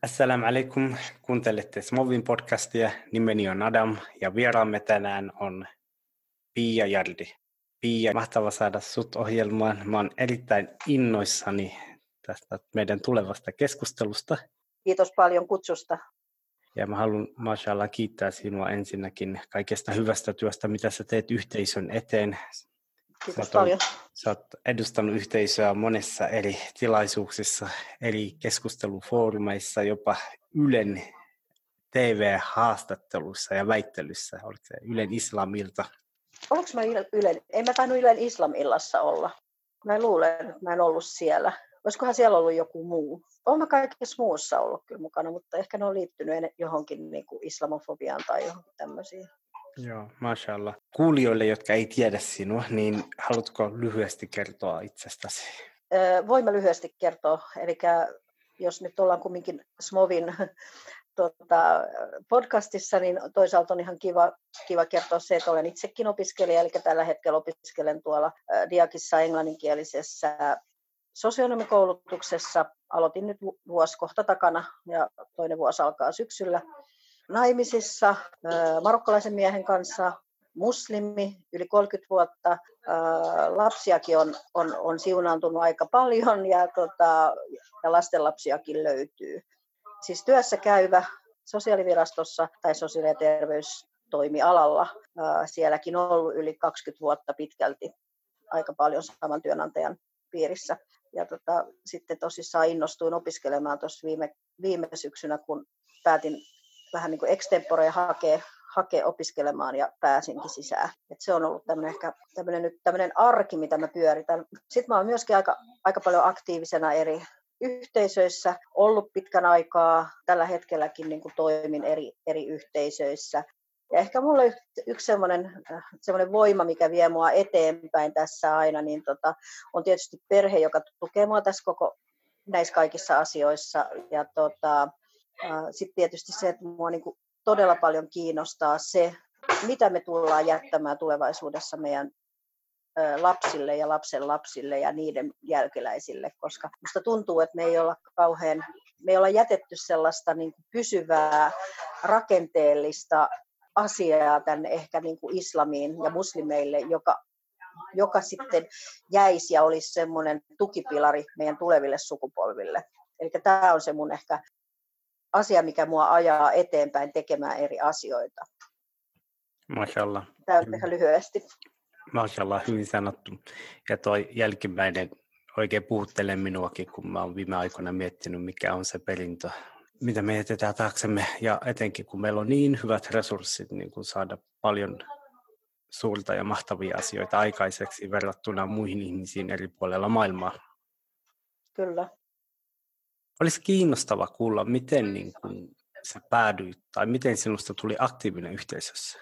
Assalamu alaikum, kuuntelette Smovin podcastia. Nimeni on Adam ja vieraamme tänään on Pia Jardi. Pia, mahtava saada sut ohjelmaan. Mä oon erittäin innoissani tästä meidän tulevasta keskustelusta. Kiitos paljon kutsusta. Ja mä haluan mashallah kiittää sinua ensinnäkin kaikesta hyvästä työstä, mitä sä teet yhteisön eteen. Kiitos paljon. Sä oot edustanut yhteisöä monessa eri tilaisuuksissa, eri keskustelufoorumeissa, jopa Ylen TV-haastattelussa ja väittelyssä. Oliko se Ylen Islamilta? Oliko mä Ylen? En mä tainnut Ylen Islamillassa olla. Mä luulen, että mä en ollut siellä. Olisikohan siellä ollut joku muu? Olen mä kaikessa muussa ollut kyllä mukana, mutta ehkä ne on liittynyt johonkin niin kuin islamofobiaan tai johonkin tämmöisiin. Joo, mashallah. Kuulijoille, jotka ei tiedä sinua, niin haluatko lyhyesti kertoa itsestäsi? Voin lyhyesti kertoa. Eli jos nyt ollaan kumminkin Smovin podcastissa, niin toisaalta on ihan kiva kertoa se, että olen itsekin opiskelija, eli tällä hetkellä opiskelen tuolla Diakissa englanninkielisessä sosionomikoulutuksessa. Aloitin nyt vuosi kohta takana ja toinen vuosi alkaa syksyllä. Naimisissa marokkalaisen miehen kanssa, muslimi, yli 30 vuotta. Lapsiakin on siunaantunut aika paljon ja lastenlapsiakin löytyy. Siis työssä käyvä sosiaalivirastossa tai sosiaali- ja terveystoimialalla. Sielläkin on ollut yli 20 vuotta pitkälti, aika paljon saman työnantajan piirissä. Ja sitten tosissaan innostuin opiskelemaan tuossa viime syksynä, kun päätin vähän niin kuin extempore hakea opiskelemaan ja pääsinkin sisään. Et se on ollut tämmöinen arki, mitä mä pyöritän. Sitten mä oon myöskin aika paljon aktiivisena eri yhteisöissä, ollut pitkän aikaa, tällä hetkelläkin niin kuin toimin eri yhteisöissä. Ja ehkä mulla on yksi semmoinen voima, mikä vie mua eteenpäin tässä aina, niin on tietysti perhe, joka tukee mua tässä näissä kaikissa asioissa. Ja sitten tietysti se, että mua niin kuin todella paljon kiinnostaa se, mitä me tullaan jättämään tulevaisuudessa meidän lapsille ja lapsenlapsille ja niiden jälkeläisille, koska musta tuntuu, että me ei olla jätetty sellaista niin kuin pysyvää rakenteellista asiaa tänne ehkä niin kuin islamiin ja muslimeille, joka sitten jäisi ja olisi semmoinen tukipilari meidän tuleville sukupolville. Eli tämä on se mun ehkä asia, mikä mua ajaa eteenpäin tekemään eri asioita. Mashallah. Tämä on ihan lyhyesti. Mashallah, hyvin sanottu. Ja toi jälkimmäinen oikein puhuttelee minuakin, kun mä oon viime aikoina miettinyt, mikä on se perintö, mitä me jätetään taaksemme. Ja etenkin, kun meillä on niin hyvät resurssit niin kun saada paljon suurta ja mahtavia asioita aikaiseksi verrattuna muihin ihmisiin eri puolilla maailmaa. Kyllä. Olisi kiinnostava kuulla, miten niin kun sä päädyit tai miten sinusta tuli aktiivinen yhteisössä.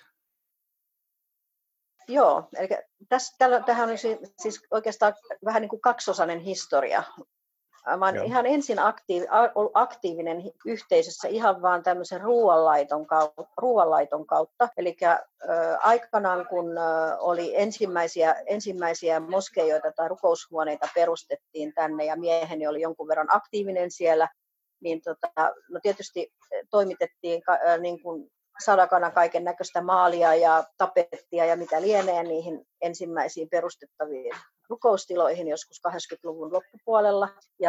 Joo, eli tähän on siis oikeastaan vähän niin kuin kaksiosainen historia. Mä olen ihan ensin ollut aktiivinen yhteisössä ihan vaan tämmöisen ruoanlaiton kautta. Eli aikanaan, kun oli ensimmäisiä moskeijoita tai rukoushuoneita perustettiin tänne ja mieheni oli jonkun verran aktiivinen siellä, niin no tietysti toimitettiin niin kuin sadakana kaiken näköistä maalia ja tapettia ja mitä lienee niihin ensimmäisiin perustettaviin rukoustiloihin joskus 80-luvun loppupuolella.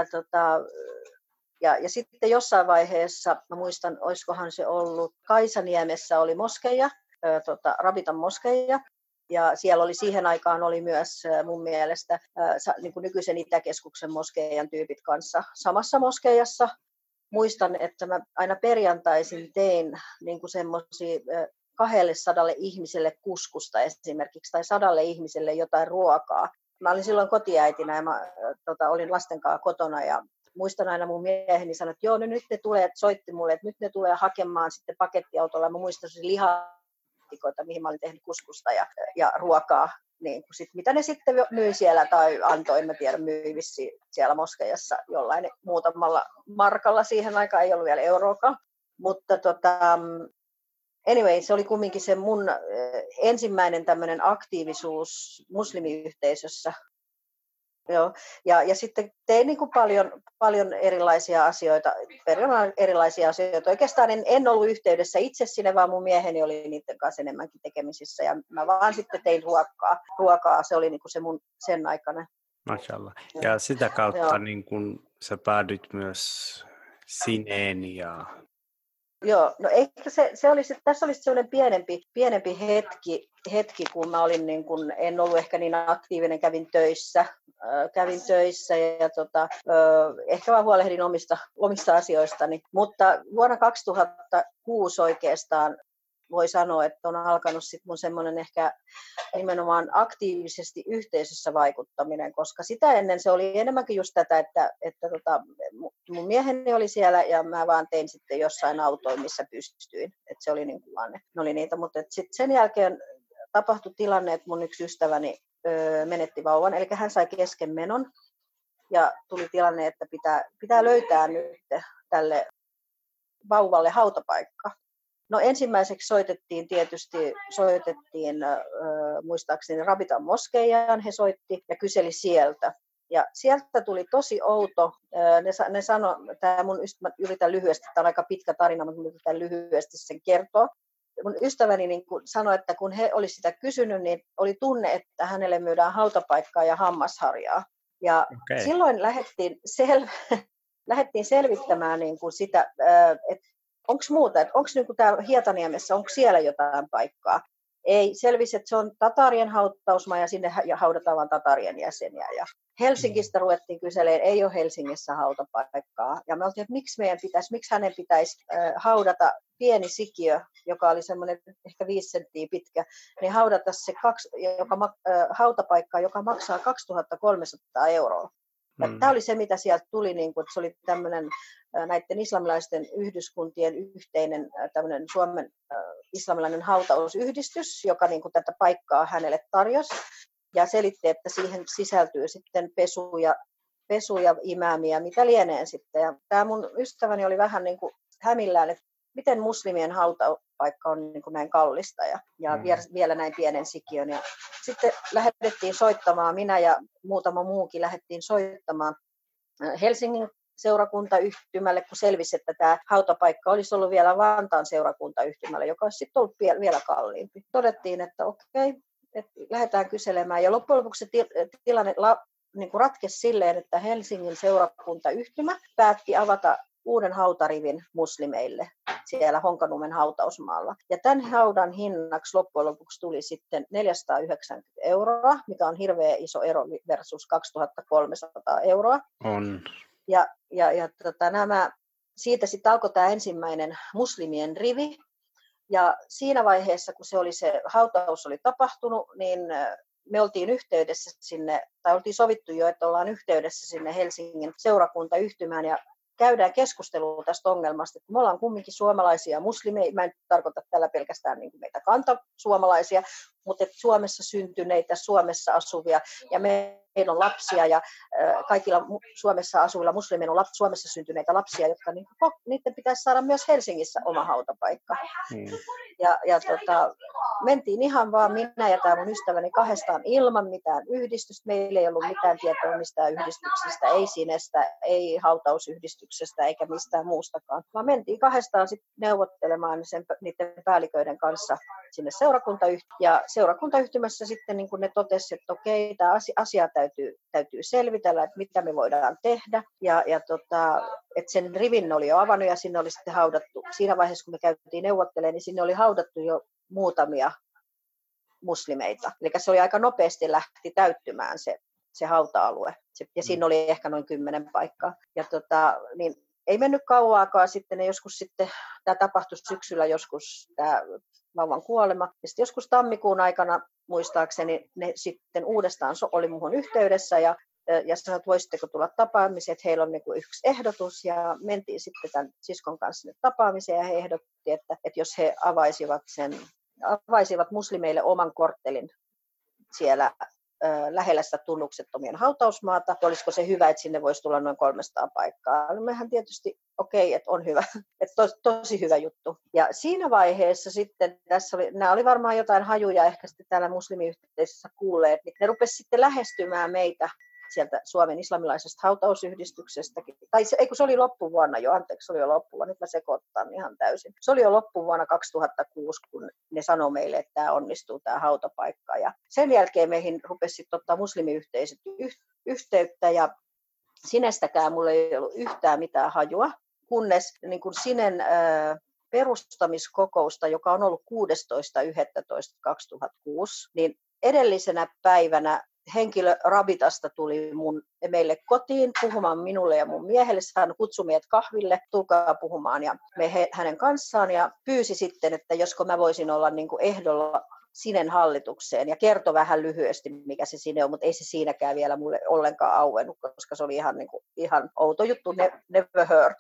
Ja sitten jossain vaiheessa, mä muistan, olisikohan se ollut Kaisaniemessä oli moskeija, Rabitan moskeija. Ja siellä oli siihen aikaan oli myös mun mielestä niin kuin nykyisen Itäkeskuksen moskeijan tyypit kanssa samassa moskeijassa. Muistan, että mä aina perjantaisin tein niin kuin semmoisia 200 ihmiselle kuskusta esimerkiksi tai 100 ihmiselle jotain ruokaa. Mä olin silloin kotiäitinä ja mä olin lasten kanssa kotona ja muistan aina mun mieheni sanoi, että joo, no nyt ne tulee, soitti mulle, että nyt ne tulee hakemaan sitten pakettiautolla. Mä muistan lihatikoita, mihin mä olin tehnyt kuskusta ja ruokaa. Niin, mitä ne sitten myi siellä tai antoi, en mä tiedä, myi vissiin siellä moskeijassa jollain muutamalla markalla. Siihen aikaan ei ollut vielä euroakaan. Mutta anyway, se oli kumminkin se mun ensimmäinen tämmöinen aktiivisuus muslimiyhteisössä. Joo. Ja sitten tein niin kuin paljon erilaisia asioita, erilaisia asioita. Oikeastaan en ollut yhteydessä itse sinne, vaan mun mieheni oli niiden kanssa enemmänkin tekemisissä. Ja mä vaan sitten tein ruokaa. Se oli niin kuin se mun sen aikana. Mashallah. Ja sitä kautta Joo. niin kun sä päädyit myös sineen ja... Joo, no ehkä tässä oli sellainen pienempi hetki, kun mä olin niin kun, en ollut ehkä niin aktiivinen, kävin töissä ja ehkä vaan huolehdin omista asioistani. Mutta vuonna 2006 oikeastaan voi sanoa, että on alkanut sit mun semmoinen ehkä nimenomaan aktiivisesti yhteisössä vaikuttaminen, koska sitä ennen se oli enemmänkin just tätä, että mun mieheni oli siellä ja mä vaan tein sitten jossain autoin, missä pystyin. Että se oli niin kuin vaan ne oli niitä, mutta sitten sen jälkeen tapahtui tilanne, että mun yksi ystäväni menetti vauvan, eli hän sai keskenmenon ja tuli tilanne, että pitää löytää nyt tälle vauvalle hautapaikka. No ensimmäiseksi soitettiin muistaakseni Rabitan moskeijaan, he soitti ja kyseli sieltä. Ja sieltä tuli tosi outo, ne sanoi, tämä mun ystävä, yritän lyhyesti, tämä on aika pitkä tarina, mutta yritän lyhyesti sen kertoa. Mun ystäväni niin sanoi, että kun he oli sitä kysynyt, niin oli tunne, että hänelle myydään hautapaikkaa ja hammasharjaa. Ja silloin lähdettiin selvittämään niin kuin sitä, että onko muuta, että onko niin täällä Hietaniemessä, onko siellä jotain paikkaa? Ei, selvisi, että se on tatarien hautausmaa ja sinne haudataan vain tatarien jäseniä. Ja Helsingistä ruvettiin kyselemään, ei ole Helsingissä hautapaikkaa. Ja me oltiin, että miksi hänen pitäisi haudata pieni sikiö, joka oli semmoinen ehkä 5 senttiä pitkä, niin haudata se hautapaikkaa, joka maksaa 2300 €. Tämä oli se, mitä sieltä tuli, niin kuin, että se oli tämmöinen näiden islamilaisten yhdyskuntien yhteinen tämmöinen Suomen islamilainen hautausyhdistys, joka niin kuin tätä paikkaa hänelle tarjosi ja selitti, että siihen sisältyy sitten pesu ja imäämiä, mitä lienee sitten. Ja tämä mun ystäväni oli vähän niin kuin hämillään, että miten muslimien hautapaikka on niin kuin näin kallista ja vielä näin pienen sikiön. Ja sitten lähdettiin soittamaan, minä ja muutama muukin lähdettiin soittamaan Helsingin seurakuntayhtymälle, kun selvisi, että tämä hautapaikka olisi ollut vielä Vantaan seurakuntayhtymälle, joka olisi sitten ollut vielä kalliimpi. Todettiin, että okei, että lähdetään kyselemään. Ja loppujen lopuksi se tilanne niin kuin ratkesi silleen, että Helsingin seurakuntayhtymä päätti avata uuden hautarivin muslimeille siellä Honkaniemen hautausmaalla. Ja tämän haudan hinnaksi loppujen lopuksi tuli sitten 490 €, mikä on hirveän iso ero versus 2300 €. On. Siitä sitten alkoi tämä ensimmäinen muslimien rivi. Ja siinä vaiheessa, kun se hautaus oli tapahtunut, niin me oltiin yhteydessä sinne, tai oltiin sovittu jo, että ollaan yhteydessä sinne Helsingin seurakuntayhtymään ja käydään keskustelua tästä ongelmasta, että me ollaan kumminkin suomalaisia muslimeja, mä en tarkoita tällä pelkästään niin kuin meitä kantasuomalaisia, mutta että Suomessa syntyneitä, Suomessa asuvia ja meillä on lapsia ja kaikilla Suomessa asuvilla muslimeilla on Suomessa syntyneitä lapsia, jotka niiden pitäisi saada myös Helsingissä oma hautapaikka. Mentiin ihan vaan minä ja tämä mun ystäväni kahdestaan ilman mitään yhdistystä. Meillä ei ollut mitään tietoa mistään yhdistyksistä, ei Sinestä, ei hautausyhdistyksestä eikä mistään muustakaan. Vaan mentiin kahdestaan sitten neuvottelemaan niiden päälliköiden kanssa sinne seurakuntayhtymään. Ja seurakuntayhtymässä sitten niin kun ne totesivat, että okei, tämä asia täytyy selvitellä, että mitä me voidaan tehdä. Että sen rivin oli jo avannut ja sinne oli sitten haudattu. Siinä vaiheessa, kun me käytiin neuvottelemaan, niin sinne oli haudattu jo muutamia muslimeita. Eli se oli aika nopeasti lähti täyttymään se hauta-alue. Ja siinä oli ehkä noin 10 paikkaa. Ja niin ei mennyt kauaakaan sitten, tämä tapahtui syksyllä joskus, tämä vauvan kuolema. Ja sitten joskus tammikuun aikana, muistaakseni, ne sitten uudestaan oli muuhun yhteydessä ja sanoi, että voisitteko tulla tapaamiseen, että heillä on niin kuin yksi ehdotus. Ja mentiin sitten tämän siskon kanssa sinne tapaamiseen ja he ehdottivat, että jos he avaisivat muslimeille oman korttelin siellä lähellä sitä tunnuksettomien hautausmaata, olisiko se hyvä, että sinne voisi tulla noin 300 paikkaa. No mehän tietysti okei, että on hyvä, että tosi hyvä juttu. Ja siinä vaiheessa sitten, nämä oli varmaan jotain hajuja ehkä sitten täällä muslimiyhteisössä kuulleet, niin ne rupesivat sitten lähestymään meitä sieltä Suomen islamilaisesta hautausyhdistyksestäkin. Tai se oli loppuvuonna jo, anteeksi, se oli jo loppuvuonna, nyt mä sekoitan ihan täysin. Se oli jo loppuvuonna 2006, kun ne sanoi meille, että tämä onnistuu, tämä hautapaikka. Ja sen jälkeen meihin rupesi ottaa muslimiyhteisöt yhteyttä ja Sinestäkään mulla ei ollut yhtään mitään hajua, kunnes niin kuin Sinen perustamiskokousta, joka on ollut 16.11.2006, niin edellisenä päivänä henkilö Rabitasta tuli meille kotiin puhumaan minulle ja mun miehelle. Hän kutsui meidät kahville, tulkaa puhumaan ja me hänen kanssaan ja pyysi sitten, että josko mä voisin olla niin kuin ehdolla Sinen hallitukseen ja kertoi vähän lyhyesti, mikä se Sine on, mutta ei se siinäkään vielä mulle ollenkaan auennut, koska se oli ihan outo juttu, never heard.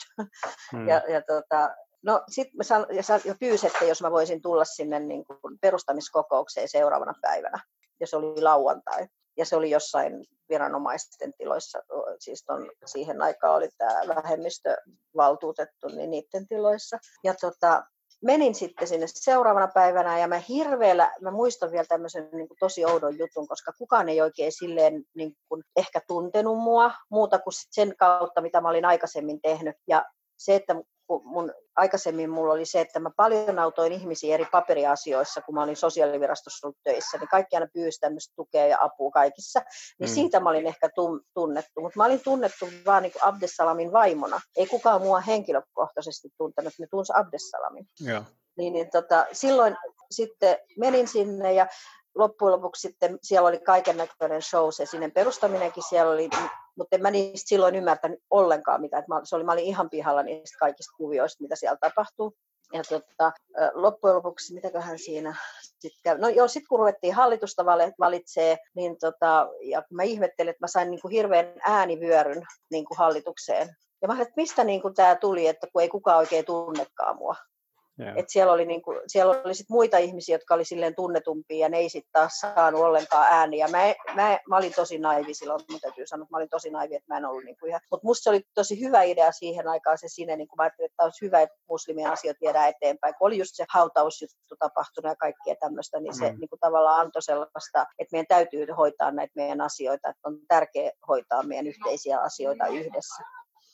No sitten mä pyysin, että jos mä voisin tulla sinne niin kuin perustamiskokoukseen seuraavana päivänä, ja se oli lauantai. Ja se oli jossain viranomaisten tiloissa, siis siihen aikaan oli tämä vähemmistövaltuutettu, niin niiden tiloissa. Ja menin sitten sinne seuraavana päivänä ja mä muistan vielä tämmöisen niin kuin tosi oudon jutun, koska kukaan ei oikein silleen niin kuin ehkä tuntenut mua muuta kuin sen kautta, mitä mä olin aikaisemmin tehnyt. Ja se, että aikaisemmin mulla oli se, että mä paljon autoin ihmisiä eri paperiasioissa, kun mä olin sosiaalivirastossa ollut töissä, niin kaikki aina pyysi tämmöistä tukea ja apua kaikissa. Niin siitä mä olin ehkä tunnettu, mutta mä olin tunnettu vaan niin kuin Abdessalamin vaimona. Ei kukaan mua henkilökohtaisesti tuntenut, ne tunsi Abdessalamin. Joo. Silloin sitten menin sinne ja loppujen lopuksi sitten siellä oli kaikennäköinen show, se sinne perustaminenkin siellä oli, mutta en mä niistä silloin ymmärtänyt ollenkaan mitään. Mä olin ihan pihalla niistä kaikista kuvioista, mitä siellä tapahtuu. Ja loppujen lopuksi, mitäköhän siinä sitten käy? No joo, sitten kun ruvettiin hallitusta valitsee, niin ja mä ihmettelin, että mä sain niin kuin hirveän äänivyöryn niin kuin hallitukseen. Ja mä ajattelin, että mistä niin kuin tämä tuli, että kun ei kukaan oikein tunnekaan mua. Että siellä oli sit muita ihmisiä, jotka oli silleen tunnetumpia ja ne ei sitten taas saanut ollenkaan ääniä. Mä olin tosi naivi silloin, mun täytyy sanoa, että mä olin tosi naivi, että mä en ollut niinku ihan. Mutta musta se oli tosi hyvä idea siihen aikaan se Sine, niin mä ajattelin, että olisi hyvä, että muslimien asiat viedään eteenpäin. Kun oli just se hautausjuttu tapahtunut ja kaikkea tämmöistä, niin se niinku tavallaan antoi sellaista, että meidän täytyy hoitaa näitä meidän asioita, että on tärkeää hoitaa meidän yhteisiä asioita yhdessä.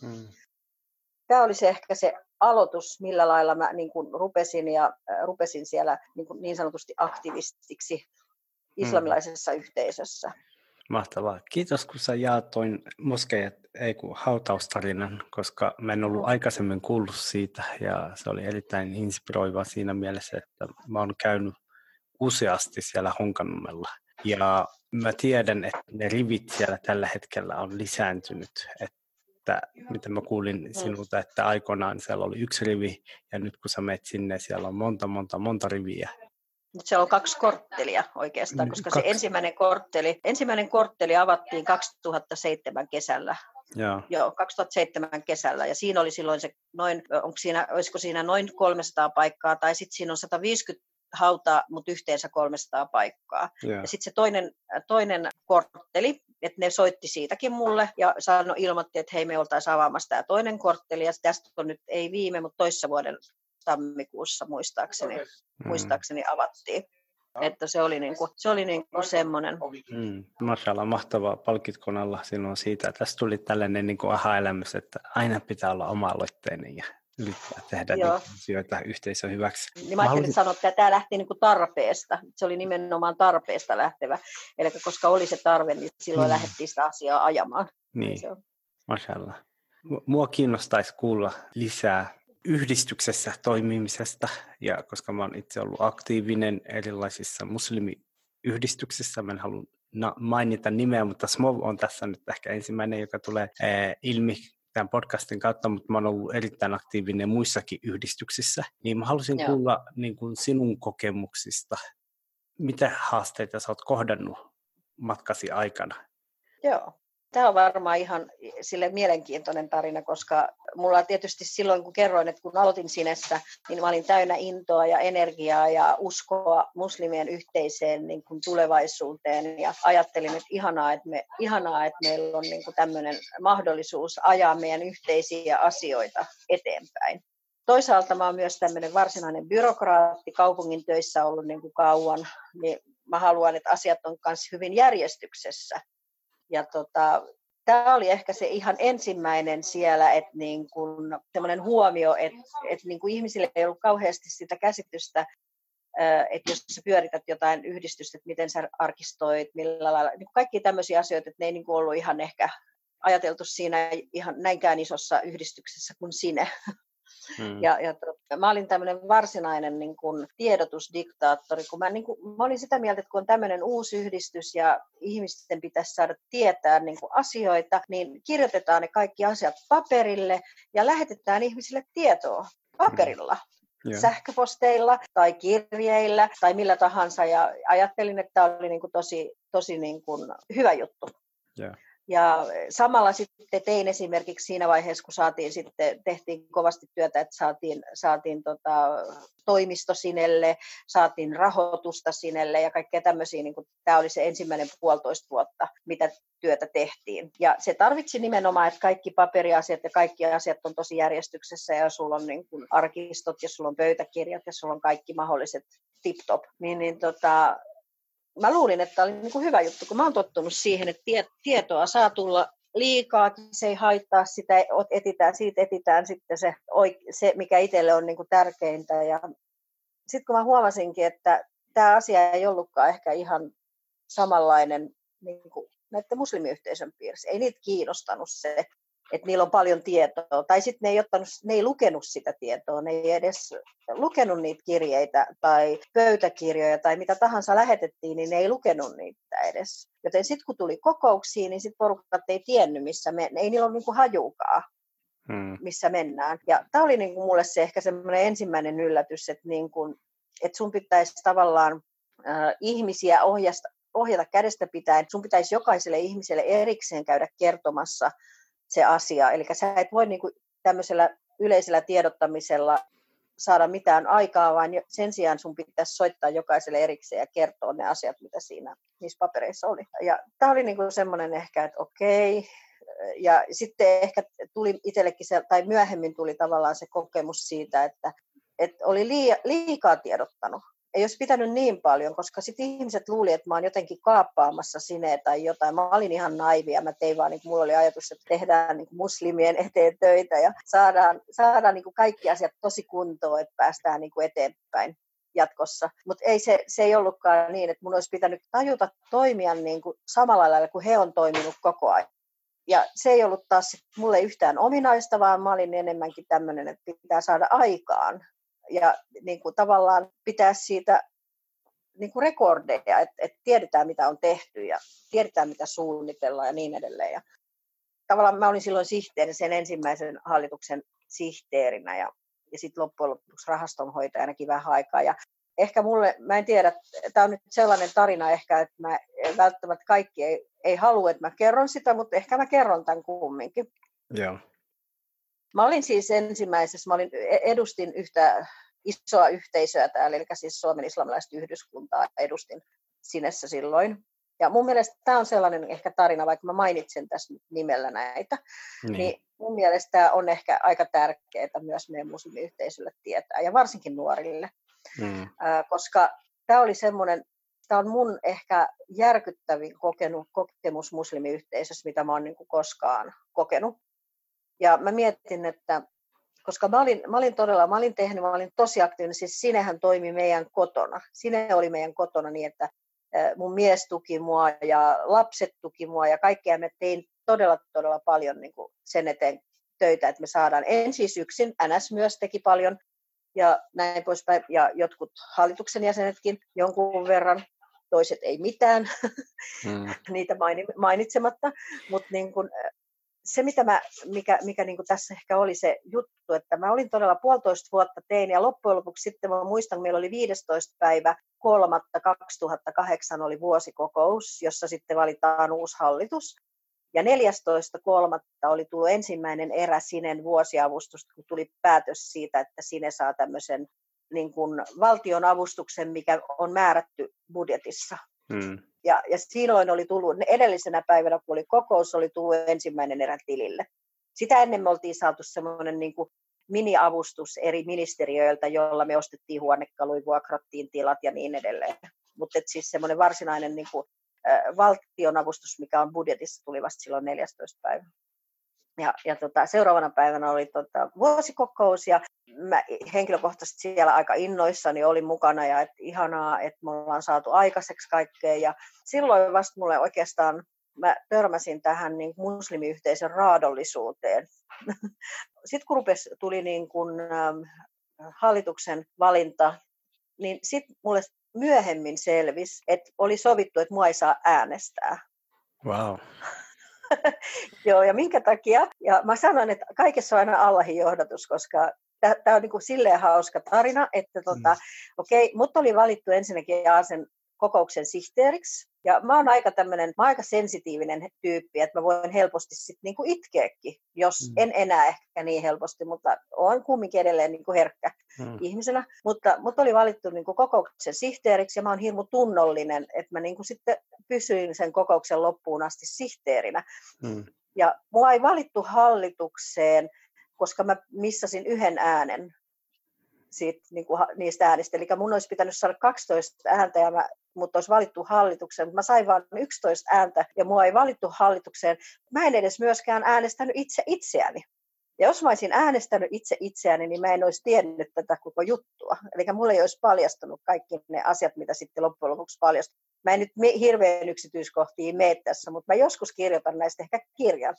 Tämä oli se ehkä se aloitus, millä lailla mä niin kuin rupesin siellä niin sanotusti aktivistiksi islamilaisessa yhteisössä. Mahtavaa. Kiitos, kun sä jaatoin hautaustarinan, koska mä en ollut aikaisemmin kuullut siitä ja se oli erittäin inspiroiva siinä mielessä, että mä oon käynyt useasti siellä Honkanummella. Ja mä tiedän, että ne rivit siellä tällä hetkellä on lisääntynyt. Mitä mä kuulin sinulta, että aikoinaan siellä oli 1 rivi ja nyt kun sä menet sinne, siellä on monta riviä. Nyt siellä on 2 korttelia oikeastaan, koska se ensimmäinen kortteli avattiin 2007 kesällä. Joo, 2007 kesällä ja siinä oli silloin se olisiko siinä noin 300 paikkaa tai sitten siinä on 150 hautaa, mutta yhteensä 300 paikkaa. Ja sitten se toinen kortteli, että ne soitti siitäkin mulle ja ilmoitti, että hei, me oltaisiin avaamassa tämä toinen kortteli ja tästä on nyt ei viime, mutta toissa vuoden tammikuussa muistaakseni avattiin. Että se oli niinku semmoinen. Mashallah, mahtavaa. Palkitko alla silloin siitä. Tästä tuli tällainen niinku aha-elämys, että aina pitää olla oma-aloitteinen ja yrittää tehdä asioita yhteisön hyväksi. Niin mä ajattelin sanoa, että tämä lähti niinku tarpeesta. Se oli nimenomaan tarpeesta lähtevä. Eli koska oli se tarve, niin silloin lähdettiin sitä asiaa ajamaan. Niin, mashallah. Mua kiinnostaisi kuulla lisää yhdistyksessä toimimisesta, ja koska mä oon itse ollut aktiivinen erilaisissa muslimiyhdistyksissä, mä en halua mainita nimeä, mutta SMOV on tässä nyt ehkä ensimmäinen, joka tulee ilmi tämän podcastin kautta, mutta mä oon ollut erittäin aktiivinen muissakin yhdistyksissä, niin mä halusin kuulla niin kuin sinun kokemuksista, mitä haasteita sä oot kohdannut matkasi aikana? Joo. Tämä on varmaan ihan sille mielenkiintoinen tarina, koska mulla tietysti silloin, kun kerroin, että kun aloitin Sinessä, niin mä olin täynnä intoa ja energiaa ja uskoa muslimien yhteiseen niin kuin tulevaisuuteen. Ja ajattelin, että ihanaa, että meillä on niin kuin tämmöinen mahdollisuus ajaa meidän yhteisiä asioita eteenpäin. Toisaalta mä oon myös tämmöinen varsinainen byrokraatti, kaupungin töissä ollut niin kuin kauan, niin mä haluan, että asiat on myös hyvin järjestyksessä. Ja tämä oli ehkä se ihan ensimmäinen siellä, että niin kun semmoinen huomio, että niin kun ihmisille ei ollut kauheasti sitä käsitystä, että jos sä pyörität jotain yhdistystä, että miten sä arkistoit, millä lailla, niin kaikki tämmöisiä asioita, että ne ei niin ollut ihan ehkä ajateltu siinä ihan näinkään isossa yhdistyksessä kuin Sine. Mä olin tämmöinen varsinainen niin kuin tiedotusdiktaattori, kun mä olin sitä mieltä, että kun on tämmöinen uusi yhdistys ja ihmisten pitäisi saada tietää niin kuin asioita, niin kirjoitetaan ne kaikki asiat paperille ja lähetetään ihmisille tietoa paperilla. Sähköposteilla tai kirjeillä tai millä tahansa. Ja ajattelin, että tämä oli niin kuin tosi niin kuin hyvä juttu. Ja samalla sitten tein esimerkiksi siinä vaiheessa, kun tehtiin kovasti työtä, että saatiin toimisto Sinelle, saatiin rahoitusta Sinelle ja kaikkea tämmöisiä. Niin tämä oli se ensimmäinen 1,5 vuotta, mitä työtä tehtiin. Ja se tarvitsi nimenomaan, että kaikki paperiasiat ja kaikki asiat on tosi järjestyksessä ja sulla on niin kuin arkistot ja sulla on pöytäkirjat ja sulla on kaikki mahdolliset tip-top. Mä luulin, että tämä oli niin kuin hyvä juttu, kun mä oon tottunut siihen, että tietoa saa tulla liikaa, se ei haittaa sitä, etsitään sitten se mikä itselle on niin kuin tärkeintä. Ja sitten kun mä huomasinkin, että tämä asia ei ollutkaan ehkä ihan samanlainen niin kuin näiden muslimiyhteisön piirissä, ei niitä kiinnostanut se, että niillä on paljon tietoa, tai sitten ne ei lukenut sitä tietoa, ne ei edes lukenut niitä kirjeitä tai pöytäkirjoja tai mitä tahansa lähetettiin, niin ne ei lukenut niitä edes. Joten sitten kun tuli kokouksiin, niin sitten porukat ei tiennyt, ei niillä ole niinku hajuukaan, missä mennään. Ja tämä oli niinku mulle se ehkä semmoinen ensimmäinen yllätys, että että sun pitäisi tavallaan ihmisiä ohjata kädestä pitäen, sun pitäisi jokaiselle ihmiselle erikseen käydä kertomassa se asia. Eli sä et voi niin kuin tämmöisellä yleisellä tiedottamisella saada mitään aikaa, vaan sen sijaan sun pitäisi soittaa jokaiselle erikseen ja kertoa ne asiat, mitä niissä papereissa oli. Ja tämä oli niin kuin semmoinen ehkä, että okei. Ja sitten ehkä tuli itsellekin tai myöhemmin tuli tavallaan se kokemus siitä, että oli liikaa tiedottanut. Ei olisi pitänyt niin paljon, koska sitten ihmiset luuli, että mä oon jotenkin kaappaamassa Sineä tai jotain. Mä olin ihan naivia. Mä tein vaan, mulla oli ajatus, että tehdään muslimien eteen töitä ja saadaan kaikki asiat tosi kuntoon, että päästään eteenpäin jatkossa. Mutta se ei ollutkaan niin, että mun olisi pitänyt tajuta toimia samalla lailla kuin he on toiminut koko ajan. Ja se ei ollut taas mulle yhtään ominaista, vaan mä olin enemmänkin tämmöinen, että pitää saada aikaan. Ja tavallaan pitää siitä rekordeja, että tiedetään mitä on tehty ja tiedetään mitä suunnitellaan ja niin edelleen. Ja tavallaan mä olin silloin sihteeri, sen ensimmäisen hallituksen sihteerinä ja sitten loppujen lopuksi rahastonhoitajanakin vähän aikaa. Ja ehkä mä en tiedä, tämä on nyt sellainen tarina ehkä, että mä välttämättä kaikki ei halua, että mä kerron sitä, mutta ehkä mä kerron tämän kumminkin. Joo. Mä olin siis ensimmäisessä, edustin yhtä isoa yhteisöä täällä, eli siis Suomen islamilaiset yhdyskuntaa edustin Sinessä silloin. Ja mun mielestä tämä on sellainen ehkä tarina, vaikka mä mainitsen tässä nimellä näitä, niin mun mielestä tämä on ehkä aika tärkeää myös meidän muslimiyhteisölle tietää, ja varsinkin nuorille. Koska tämä oli semmoinen, tämä on mun ehkä järkyttävin kokemus muslimiyhteisössä, mitä mä oon koskaan kokenut. Ja mä mietin, että koska mä olin tosi aktiivinen, siis Sinehän toimi meidän kotona. Sine oli meidän kotona niin, että mun mies tuki mua ja lapset tuki mua ja kaikkea. Me tein todella paljon sen eteen töitä, että me saadaan ensin yksin. NS myös teki paljon ja näin poispäin. Ja jotkut hallituksen jäsenetkin jonkun verran, toiset ei mitään, niitä mainitsematta. Mutta se, mikä tässä ehkä oli se juttu, että mä olin todella 1,5 vuotta tein ja loppujen lopuksi sitten mä muistan, meillä oli 15.3.2008 oli vuosikokous, jossa sitten valitaan uusi hallitus. Ja 14.3. oli tullut ensimmäinen erä Sinen vuosiavustusta, kun tuli päätös siitä, että Sine saa tämmöisen valtion avustuksen, mikä on määrätty budjetissa. Ja silloin oli tullut, edellisenä päivänä kun oli kokous, oli tullut ensimmäinen erä tilille. Sitä ennen me oltiin saatu semmoinen mini-avustus eri ministeriöiltä, jolla me ostettiin huonekaluja, vuokrattiin tilat ja niin edelleen. Mutta siis semmoinen varsinainen valtionavustus, mikä on budjetissa, tuli vasta silloin 14. päivä. Seuraavana päivänä oli vuosikokous ja mä henkilökohtaisesti siellä aika innoissani olin mukana ja että ihanaa, että me ollaan saatu aikaiseksi kaikkea. Ja silloin vasta mulle oikeastaan mä törmäsin tähän niin muslimiyhteisön raadollisuuteen. Sitten kun tuli niin kuin, hallituksen valinta, niin sitten mulle myöhemmin selvisi, että oli sovittu, että mua ei saa äänestää. Wow. Joo, ja minkä takia? Ja mä sanon, että kaikessa on aina Allahin johdatus, koska tämä on niin kuin silleen hauska tarina, että mut oli valittu ensinnäkin sen kokouksen sihteeriksi. Ja mä oon aika sensitiivinen tyyppi, että mä voin helposti sit niinku itkeäkin, jos en enää ehkä niin helposti, mutta oon kumminkin edelleen niinku herkkä ihmisenä. Mutta mut oli valittu niinku kokouksen sihteeriksi ja mä oon hirmu tunnollinen, että mä niinku sitten pysyin sen kokouksen loppuun asti sihteerinä. Ja mua ei valittu hallitukseen, koska mä missasin yhden äänen niistä äänistä. Eli mun olisi pitänyt saada 12 ääntä ja mut olisi valittu hallitukseen, mutta mä sain vain 11 ääntä ja mua ei valittu hallitukseen. Mä en edes myöskään äänestänyt itseäni. Ja jos mä olisin äänestänyt itseäni, niin mä en olisi tiennyt tätä koko juttua. Eli mulle ei olisi paljastunut kaikki ne asiat, mitä sitten loppujen lopuksi paljastui. Mä en nyt hirveän yksityiskohtiin mene tässä, mutta mä joskus kirjoitan näistä ehkä kirjan.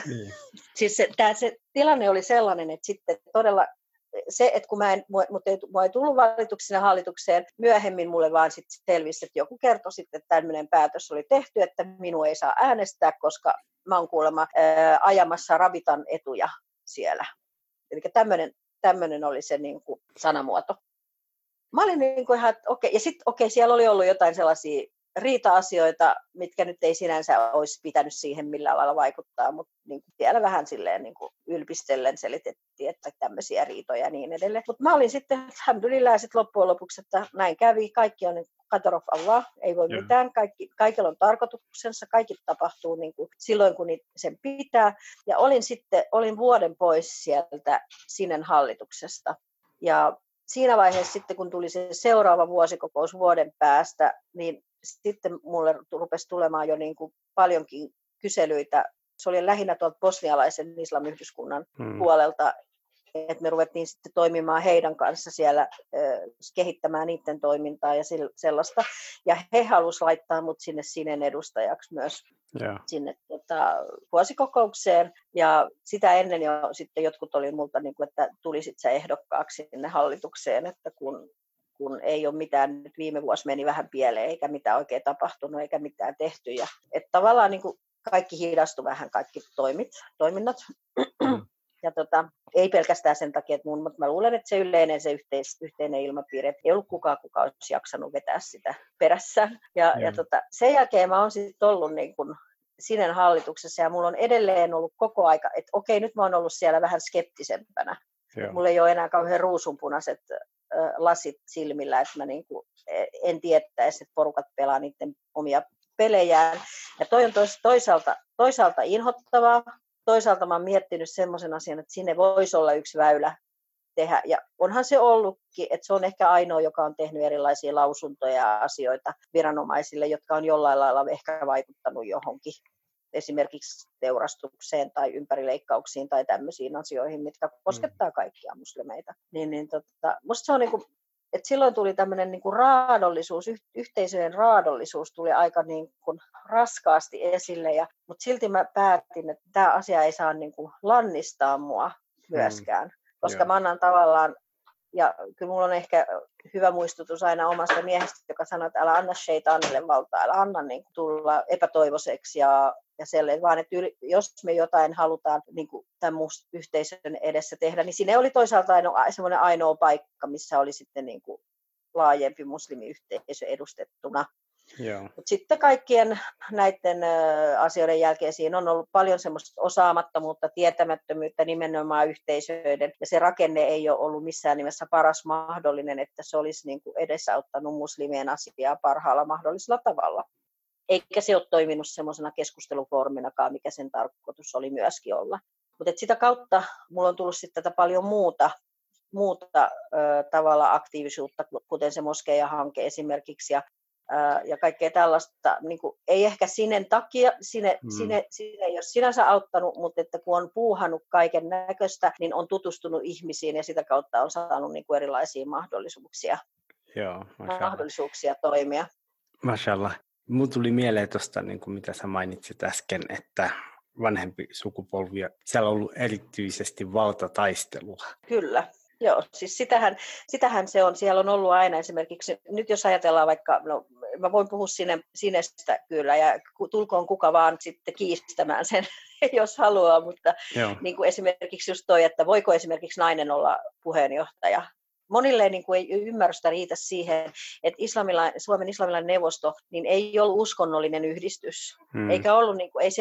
Siis se tilanne oli sellainen, että sitten todella se, että kun mua ei tullut valituksi sinne hallitukseen, myöhemmin mulle vaan sitten selvisi, että joku kertoi sitten, että tämmöinen päätös oli tehty, että minua ei saa äänestää, koska mä oon kuulemma ajamassa Rabitan etuja siellä. Eli tämmöinen oli se niin kuin sanamuoto. Mä olin niin kuin ihan, että okei, ja sitten siellä oli ollut jotain sellaisia riita-asioita, mitkä nyt ei sinänsä olisi pitänyt siihen millään lailla vaikuttaa, mutta niin siellä vähän silleen niin kuin ylpistellen selitettiin, että tämmöisiä riitoja ja niin edelleen. Mutta mä olin sitten, alhamdulillah, sitten loppujen lopuksi, että näin kävi, kaikki on qadar of Allah, ei voi mitään, kaikilla on tarkoituksensa, kaikki tapahtuu niin kuin silloin, kun sen pitää. Ja olin vuoden pois sieltä Sinen hallituksesta. Ja siinä vaiheessa sitten, kun tuli se seuraava vuosikokous vuoden päästä, niin sitten mulle rupesi tulemaan jo niin kuin paljonkin kyselyitä. Se oli lähinnä tuolta bosnialaisen islamiyhdyskunnan puolelta, että me ruvettiin sitten toimimaan heidän kanssa siellä, kehittämään niiden toimintaa ja sellaista. Ja he halusivat laittaa mut sinne Sinen edustajaksi myös sinne vuosikokoukseen. Ja sitä ennen jo sitten jotkut oli multa, niin kuin, että tulisit sä ehdokkaaksi sinne hallitukseen, että kun ei ole mitään, nyt viime vuosi meni vähän pieleen, eikä mitään oikein tapahtunut, eikä mitään tehty. Ja, että tavallaan niin kuin kaikki hidastui vähän, kaikki toiminnat. Ja ei pelkästään sen takia, että mutta mä luulen, että se yhteinen ilmapiiri, että ei ollut kuka olisi jaksanut vetää sitä perässä. Ja sen jälkeen mä oon sitten ollut niin kuin Sinen hallituksessa ja mulla on edelleen ollut koko aika, että okei, nyt mä oon ollut siellä vähän skeptisempänä. Mulla ei ole enää kauhean ruusunpunaiset lasit silmillä, että mä niin kuin en tietäisi, että porukat pelaa niiden omia pelejään. Ja toi on toisaalta inhottavaa. Toisaalta mä oon miettinyt semmoisen asian, että sinne voisi olla yksi väylä tehdä. Ja onhan se ollutkin, että se on ehkä ainoa, joka on tehnyt erilaisia lausuntoja ja asioita viranomaisille, jotka on jollain lailla ehkä vaikuttanut johonkin. Esimerkiksi teurastukseen tai ympärileikkauksiin tai tämmöisiin asioihin, mitkä koskettaa kaikkia muslimeita. Musta se on niin kuin, että silloin tuli tämmöinen niin kuin raadollisuus, yhteisöjen raadollisuus tuli aika niin kuin raskaasti esille, mutta silti mä päätin, että tämä asia ei saa niin kuin lannistaa mua myöskään, koska mä annan tavallaan, ja kyllä mulla on ehkä hyvä muistutus aina omasta miehestä, joka sanoo, että älä anna sheitanille valtaa, älä anna niin kuin tulla epätoivoiseksi ja sellainen, vaan että jos me jotain halutaan niin kuin tämän yhteisön edessä tehdä, niin siinä oli toisaalta semmoinen ainoa paikka, missä oli sitten niin kuin laajempi muslimiyhteisö edustettuna. Mutta sitten kaikkien näiden asioiden jälkeen siinä on ollut paljon semmoista osaamattomuutta, tietämättömyyttä nimenomaan yhteisöiden, ja se rakenne ei ole ollut missään nimessä paras mahdollinen, että se olisi niin kuin edesauttanut muslimien asiaa parhaalla mahdollisella tavalla. Eikä se ole toiminut semmoisena keskusteluforminakaan, mikä sen tarkoitus oli myöskin olla. Mutta sitä kautta mulla on tullut sitten tätä paljon muuta tavalla aktiivisuutta, kuten se Moskeija-hanke esimerkiksi. Ja ja kaikkea tällaista. Niin kuin, ei ehkä Sinen takia, Sine ei ole sinänsä auttanut, mutta että kun on puuhannut kaiken näköistä, niin on tutustunut ihmisiin ja sitä kautta on saanut niin kuin erilaisia mahdollisuuksia. Joo, mahdollisuuksia toimia. Mashallah. Mun tuli mieleen tuosta, niin kuin mitä sä mainitsit äsken, että vanhempi sukupolvi, siellä on ollut erityisesti valtataistelua. Kyllä. Joo, siis sitähän se on. Siellä on ollut aina esimerkiksi, nyt jos ajatellaan vaikka, no mä voin puhua Sinestä kyllä, ja tulkoon kuka vaan sitten kiistämään sen, jos haluaa, mutta niin kuin esimerkiksi just toi, että voiko esimerkiksi nainen olla puheenjohtaja. Monille niin kuin ei ymmärrystä riitä siihen, että Suomen islamilainen neuvosto niin ei ollut uskonnollinen yhdistys. Eikä ollut, niin kuin,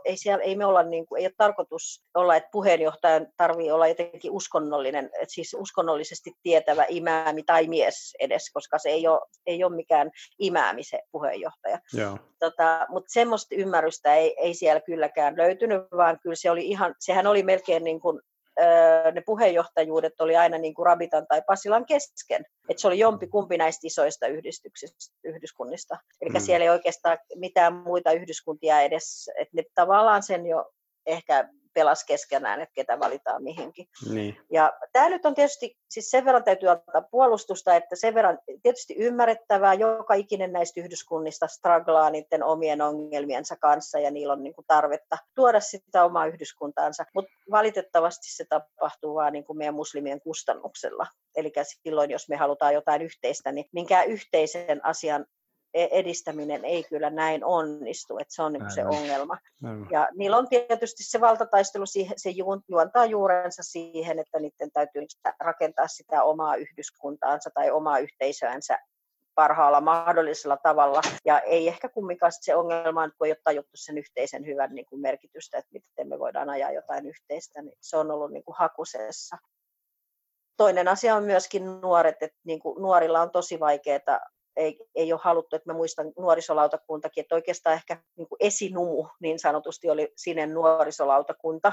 ei ole tarkoitus olla, että puheenjohtajan tarvitsee olla jotenkin uskonnollinen, että siis uskonnollisesti tietävä imäämi tai mies edes, koska se ei ole mikään imäämi se puheenjohtaja. Mutta semmoista ymmärrystä ei siellä kylläkään löytynyt, vaan kyllä sehän oli melkein niin kuin ne puheenjohtajuudet oli aina niin kuin Rabitan tai Pasilan kesken. Että se oli jompikumpi näistä isoista yhdyskunnista. Eli siellä ei oikeastaan mitään muita yhdyskuntia edes, että ne tavallaan sen jo ehkä pelasi keskenään, että ketä valitaan mihinkin. Niin. Ja tämä nyt on tietysti, siis sen verran täytyy ottaa puolustusta, että sen verran tietysti ymmärrettävää, joka ikinen näistä yhdyskunnista strugglaa niiden omien ongelmiensa kanssa ja niillä on niin kuin tarvetta tuoda sitä omaa yhdyskuntaansa, mutta valitettavasti se tapahtuu vaan niin kuin meidän muslimien kustannuksella. Eli silloin, jos me halutaan jotain yhteistä, niin minkään yhteisen asian edistäminen ei kyllä näin onnistu, että se on niin se ongelma. Ja niillä on tietysti se valtataistelu, se juontaa juurensa siihen, että niiden täytyy rakentaa sitä omaa yhdyskuntaansa tai omaa yhteisöänsä parhaalla mahdollisella tavalla. Ja ei ehkä kumminkaan se ongelma, kun ei ole tajuttu sen yhteisen hyvän niin kuin merkitystä, että miten me voidaan ajaa jotain yhteistä, niin se on ollut niin kuin hakusessa. Toinen asia on myöskin nuoret, että niin kuin nuorilla on tosi vaikeaa. Ei ole haluttu, että mä muistan nuorisolautakuntakin, että oikeastaan ehkä niin kuin esinumu niin sanotusti oli Sinen nuorisolautakunta,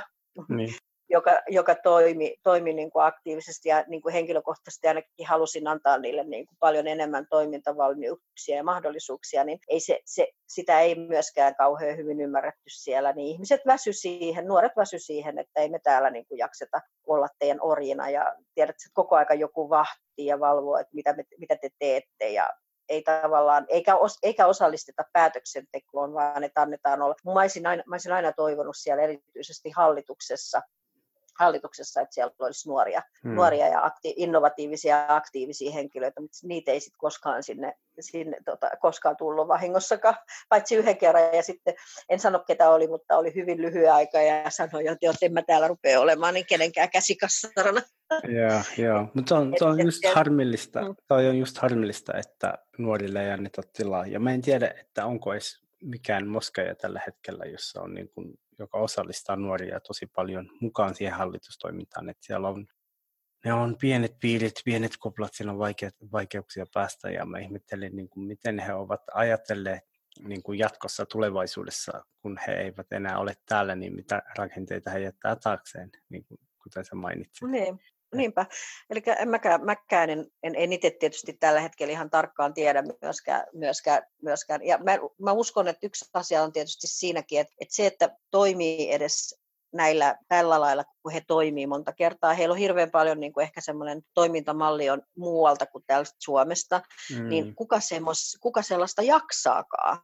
joka toimi niin kuin aktiivisesti ja niin kuin henkilökohtaisesti ainakin halusin antaa niille niin kuin paljon enemmän toimintavalmiuksia ja mahdollisuuksia, niin sitä ei myöskään kauhean hyvin ymmärretty siellä. Niin ihmiset nuoret väsy siihen, että ei me täällä niin kuin jakseta olla teidän orjina ja tiedät, että koko aika joku vahtii ja valvoo, että mitä te teette ja ei tavallaan, eikä osallisteta päätöksentekoon, vaan että annetaan olla. Mä olisin aina toivonut siellä erityisesti hallituksessa, että siellä olisi nuoria ja innovatiivisia ja aktiivisia henkilöitä, mutta niitä ei sitten koskaan sinne koskaan tullut vahingossakaan, paitsi yhden kerran. Ja sitten en sano ketä oli, mutta oli hyvin lyhyen aika ja sanoi, että en mä täällä rupea olemaan niin kenenkään käsikassarana. Joo. Mutta on just harmillista. Toi on just harmillista, että nuorille ei anneta tilaa. Ja mä en tiedä, että onko edes mikään moskeija tällä hetkellä, jossa on niin kuin, joka osallistaa nuoria tosi paljon mukaan siihen hallitustoimintaan. Että siellä ne on pienet piirit, pienet kuplat, siinä on vaikeuksia päästä. Ja mä ihmettelin, niin kuin, miten he ovat ajatelleet niin kuin jatkossa tulevaisuudessa, kun he eivät enää ole täällä, niin mitä rakenteita he jättää taakseen, niin kuin, kuten sä mainitsit. Niinpä. Eli mäkään en itse tietysti tällä hetkellä ihan tarkkaan tiedä myöskään. Ja mä uskon, että yksi asia on tietysti siinäkin, että se, että toimii edes tällä lailla, kun he toimii monta kertaa. Heillä on hirveän paljon niin kuin ehkä semmoinen toimintamalli on muualta kuin täältä Suomesta, niin kuka sellaista jaksaakaan?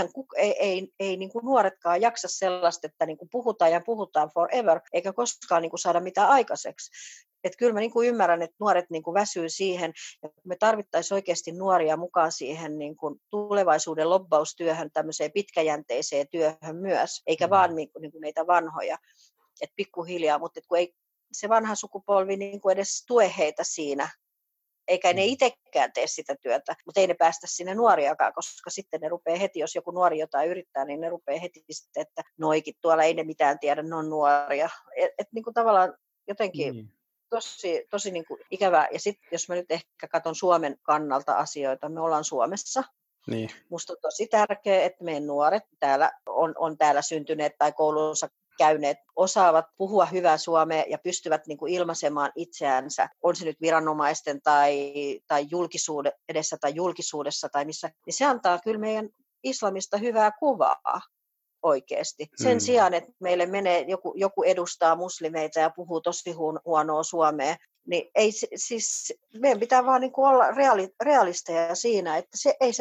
Ei niin kuin nuoretkaan jaksa sellaista, että niin kuin puhutaan forever, eikä koskaan niin kuin saada mitään aikaiseksi. Että kyllä mä niin kuin ymmärrän, että nuoret niin kuin väsyy siihen, ja me tarvittaisiin oikeasti nuoria mukaan siihen niin kuin tulevaisuuden lobbaustyöhön, tämmöiseen pitkäjänteiseen työhön myös, eikä vaan niin kuin meitä vanhoja, että pikkuhiljaa, mutta kun ei se vanha sukupolvi niin kuin edes tue heitä siinä, eikä ne itsekään tee sitä työtä, mutta ei ne päästä sinne nuoriakaan, koska sitten ne rupeaa heti, jos joku nuori jotain yrittää, niin ne rupeaa heti sitten, että noikin tuolla ei ne mitään tiedä, ne on nuoria. Et niin kuin tavallaan jotenkin tosi niin kuin ikävää. Ja sitten jos mä nyt ehkä katson Suomen kannalta asioita, me ollaan Suomessa. Niin. Musta on tosi tärkeää, että meidän nuoret täällä on täällä syntyneet tai koulunsa käyneet, osaavat puhua hyvää suomea ja pystyvät niin kuin ilmaisemaan itseänsä, on se nyt viranomaisten tai julkisuuden edessä tai julkisuudessa tai missä, niin se antaa kyllä meidän islamista hyvää kuvaa oikeasti. Sen sijaan, että meille menee joku edustaa muslimeita ja puhuu tosi huonoa suomea, niin meidän pitää vaan niin kuin olla realisteja siinä, että se ei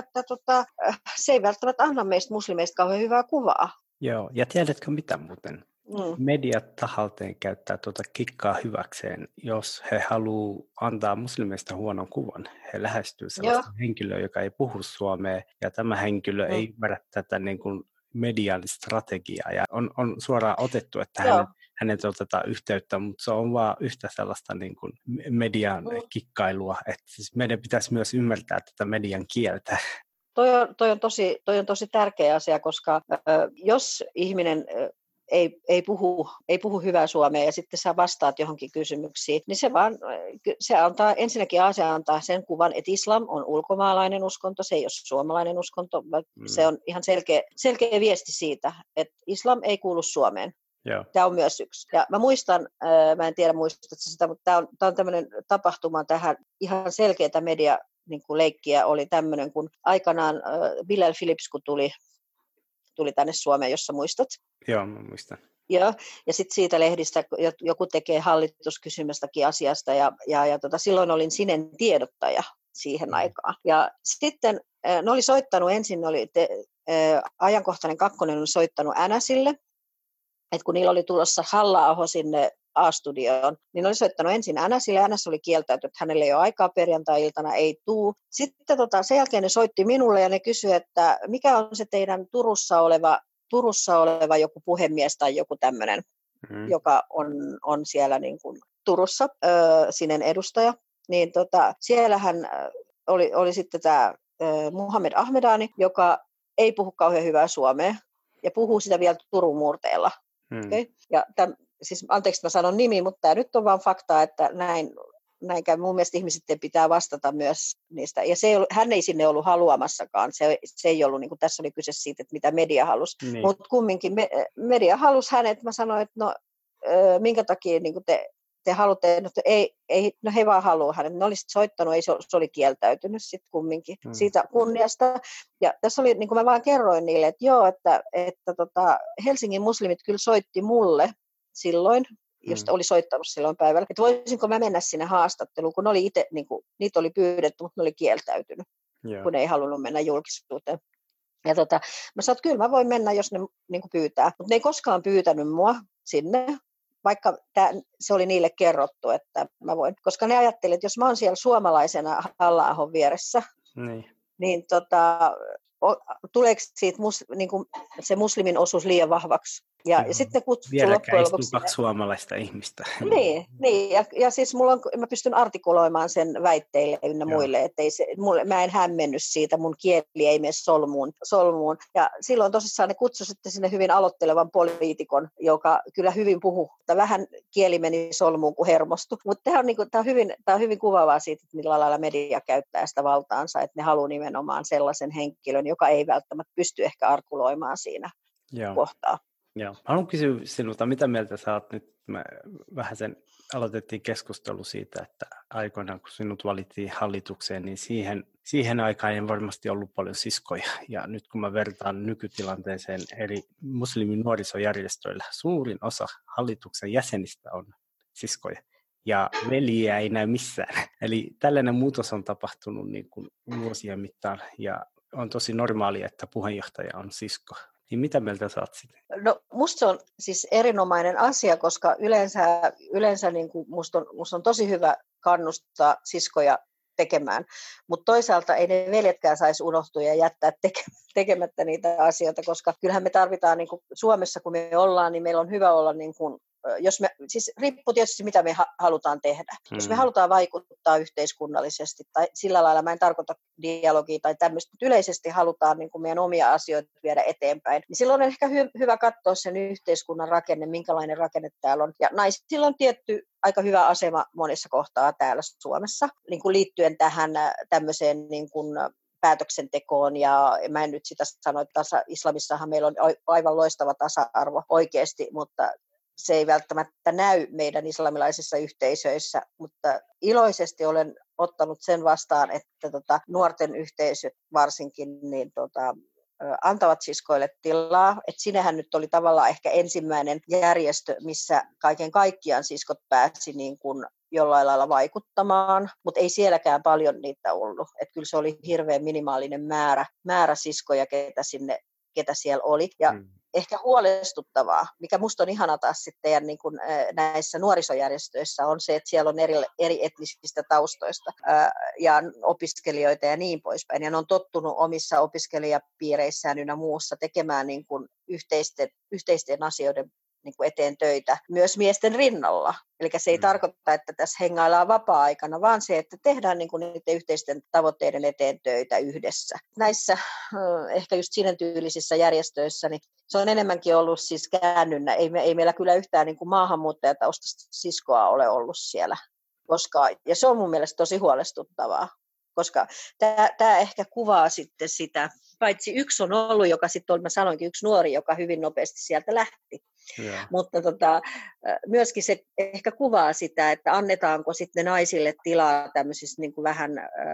välttämättä anna meistä muslimeista kauhean hyvää kuvaa. Joo, ja tiedätkö mitä muuten? Mediat tahalteen käyttää kikkaa hyväkseen, jos he haluaa antaa muslimeista huonon kuvan. He lähestyy sellaista henkilöä, joka ei puhu suomea, ja tämä henkilö ei ymmärrä tätä niin kuin median strategiaa, ja on suoraan otettu, että hänet otetaan yhteyttä, mutta se on vaan yhtä sellaista niin kuin median kikkailua, että siis meidän pitäisi myös ymmärtää tätä median kieltä. Toi on tosi tärkeä asia, koska jos ihminen ei puhu hyvää suomea ja sitten sä vastaat johonkin kysymyksiin, niin se antaa sen kuvan, että islam on ulkomaalainen uskonto, se ei ole suomalainen uskonto, se on ihan selkeä viesti siitä, että islam ei kuulu Suomeen. Joo. Tämä on myös yksi. Ja mä muistan, mä en tiedä muistatko sitä, mutta tämä on tämmöinen tapahtuma tähän ihan selkeätä media niin kuin leikkiä oli tämmöinen, kun aikanaan Bilal Philips, kun tuli tänne Suomeen, jos sä muistat. Joo, mä muistan. Ja sitten siitä lehdistä joku tekee hallituskysymystäkin asiasta, ja silloin olin Sinen tiedottaja siihen aikaan. Ja sitten ne oli soittanut ensin, ajankohtainen 2 oli soittanut Änäsille, että kun niillä oli tulossa Halla-aho sinne A-studioon, niin oli soittanut ensin Änäsille. Änäs oli kieltäytynyt, että hänelle ei ole aikaa perjantai-iltana, ei tuu. Sitten sen jälkeen ne soitti minulle ja ne kysyi, että mikä on se teidän Turussa oleva joku puhemies tai joku tämmöinen, joka on siellä niin kuin Turussa, Sinen edustaja. Niin siellähän oli sitten tämä Muhammed Ahmedani, joka ei puhu kauhean hyvää suomea ja puhuu sitä vielä Turun murteella. Okay? Ja siis anteeksi, mä sanon nimi, mutta tämä nyt on vaan faktaa, että näin käy. Mun mielestä ihmisten pitää vastata myös niistä. Ja hän ei sinne ollut haluamassakaan. Se ei ollut, niin kuin tässä oli kyse siitä, että mitä media halusi. Niin. Mutta kumminkin media halusi hänet. Mä sanoin, että minkä takia niin kuin te haluatte, no he vaan haluaa hänet. Ne olisivat soittanut, se oli kieltäytynyt sitten kumminkin siitä kunniasta. Ja tässä oli, niin kuin mä vaan kerroin niille, että joo, että Helsingin muslimit kyllä soitti mulle silloin, josta oli soittanut silloin päivällä, että voisinko mä mennä sinne haastatteluun, kun oli itse, niin kuin, niitä oli pyydetty, mutta ne oli kieltäytynyt, kun ne ei halunnut mennä julkisuuteen. Ja mä sanoin, että kyllä mä voin mennä, jos ne niin kuin pyytää, mutta ne ei koskaan pyytänyt mua sinne, vaikka se oli niille kerrottu, että mä voin. Koska ne ajattelivat, että jos mä oon siellä suomalaisena Halla-ahon vieressä, niin tuleeko siitä niin kuin se muslimin osuus liian vahvaksi? Ja sitten vieläkään istuu 2 suomalaista ihmistä. Niin ja siis mä pystyn artikuloimaan sen väitteille ynnä muille, että mä en hämmennyt siitä, mun kieli ei mene solmuun. Ja silloin tosissaan ne kutsui sitten sinne hyvin aloittelevan poliitikon, joka kyllä hyvin puhui, mutta vähän kieli meni solmuun kuin hermostui. Mutta tämä on hyvin kuvaavaa siitä, että millä lailla media käyttää sitä valtaansa, että ne haluaa nimenomaan sellaisen henkilön, joka ei välttämättä pysty ehkä arkuloimaan siinä kohtaa. Joo. Haluan kysyä sinulta, mitä mieltä sä oot nyt, vähän sen aloitettiin keskustelu siitä, että aikoinaan kun sinut valittiin hallitukseen, niin siihen aikaan ei varmasti ollut paljon siskoja. Ja nyt kun mä vertaan nykytilanteeseen eri muslimin nuorisojärjestöillä, suurin osa hallituksen jäsenistä on siskoja. Ja veljiä ei näy missään. Eli tällainen muutos on tapahtunut niin kuin vuosien mittaan ja on tosi normaalia, että puheenjohtaja on sisko. Niin mitä mieltä sä oot sitten? No musta se on siis erinomainen asia, koska yleensä niin kuin musta on tosi hyvä kannustaa siskoja tekemään, mutta toisaalta ei ne veljetkään saisi unohtua ja jättää tekemättä niitä asioita, koska kyllähän me tarvitaan niin kuin Suomessa, kun me ollaan, niin meillä on hyvä olla niin kuin siis riippuu tietysti mitä me halutaan tehdä. Jos me halutaan vaikuttaa yhteiskunnallisesti tai sillä lailla, mä en tarkoita dialogia tai tämmöistä, mutta yleisesti halutaan niin kuin meidän omia asioita viedä eteenpäin, niin silloin on ehkä hyvä katsoa sen yhteiskunnan rakenne, minkälainen rakenne täällä on. Ja naisilla on tietty aika hyvä asema monessa kohtaa täällä Suomessa, niin kuin liittyen tähän tämmöiseen niin kuin päätöksentekoon, ja mä en nyt sitä sano, että islamissahan meillä on aivan loistava tasa-arvo oikeasti, mutta se ei välttämättä näy meidän islamilaisissa yhteisöissä, mutta iloisesti olen ottanut sen vastaan, että nuorten yhteisöt varsinkin niin antavat siskoille tilaa. Et sinähän nyt oli tavallaan ehkä ensimmäinen järjestö, missä kaiken kaikkiaan siskot pääsi niin kuin jollain lailla vaikuttamaan, mutta ei sielläkään paljon niitä ollut. Et kyllä se oli hirveän minimaalinen määrä siskoja, ketä siellä oli. Ja ehkä huolestuttavaa, mikä musta on ihana taas sitten niin kuin näissä nuorisojärjestöissä, on se, että siellä on eri etnisistä taustoista ja opiskelijoita ja niin poispäin. Ja ne on tottunut omissa opiskelijapiireissään ynnä muussa tekemään niin kuin yhteisten asioiden niin kuin eteen töitä myös miesten rinnalla. Eli se ei tarkoita, että tässä hengaillaan vapaa-aikana, vaan se, että tehdään niin kuin niiden yhteisten tavoitteiden eteen töitä yhdessä. Näissä ehkä just siinä tyylisissä järjestöissä, niin se on enemmänkin ollut siis käännynnä. Ei meillä kyllä yhtään niin kuin maahanmuuttajataustaista siskoa ole ollut siellä koskaan. Ja se on mun mielestä tosi huolestuttavaa, koska tämä ehkä kuvaa sitten sitä, paitsi yksi on ollut, joka sitten oli, mä sanoinkin, yksi nuori, joka hyvin nopeasti sieltä lähti. Yeah. Mutta myöskin se ehkä kuvaa sitä, että annetaanko sitten naisille tilaa tämmöisissä niin kuin vähän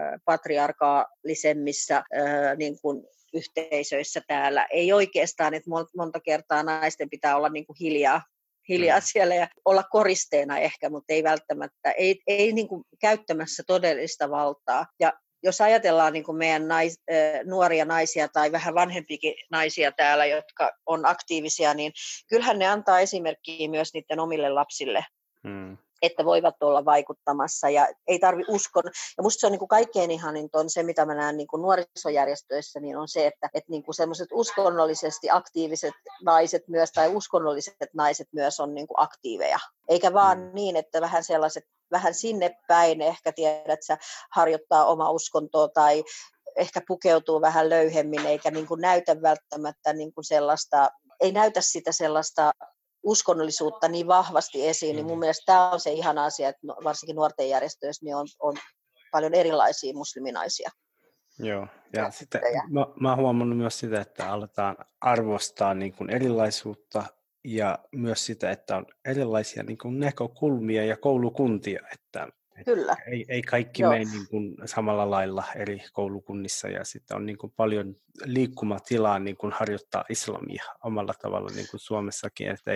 patriarkaalisemmissa niin kuin yhteisöissä täällä. Ei oikeastaan, että monta kertaa naisten pitää olla niin kuin hiljaa siellä ja olla koristeena ehkä, mutta ei välttämättä, ei niin kuin käyttämässä todellista valtaa. Ja jos ajatellaan niin kuin meidän nuoria naisia tai vähän vanhempikin naisia täällä, jotka on aktiivisia, niin kyllähän ne antaa esimerkkiä myös niiden omille lapsille, että voivat olla vaikuttamassa ja ei tarvitse uskon. Ja musta se on niin kuin kaikkein ihaninta on se, mitä mä näen niin kuin nuorisojärjestöissä, niin on se, että niin kuin semmoiset uskonnollisesti aktiiviset naiset myös tai uskonnolliset naiset myös on niin kuin aktiiveja. Eikä vaan niin, että vähän sellaiset vähän sinne päin, ehkä tiedät, sä harjoittaa omaa uskontoa tai ehkä pukeutuu vähän löyhemmin, eikä niin kuin näytä välttämättä niin kuin sellaista, ei näytä sitä sellaista uskonnollisuutta niin vahvasti esiin, niin mun mielestä tämä on se ihana asia, että varsinkin nuorten järjestöissä niin on paljon erilaisia musliminaisia. Joo, ja sitten mä oon huomannut myös sitä, että aletaan arvostaa niin kuin erilaisuutta ja myös sitä, että on erilaisia niin kuin näkökulmia ja koulukuntia, että Kyllä. Ei kaikki mene niin kuin samalla lailla eri koulukunnissa ja sitten on niin kuin paljon liikkumatilaa niin kuin harjoittaa islamia omalla tavalla niin kuin Suomessakin, että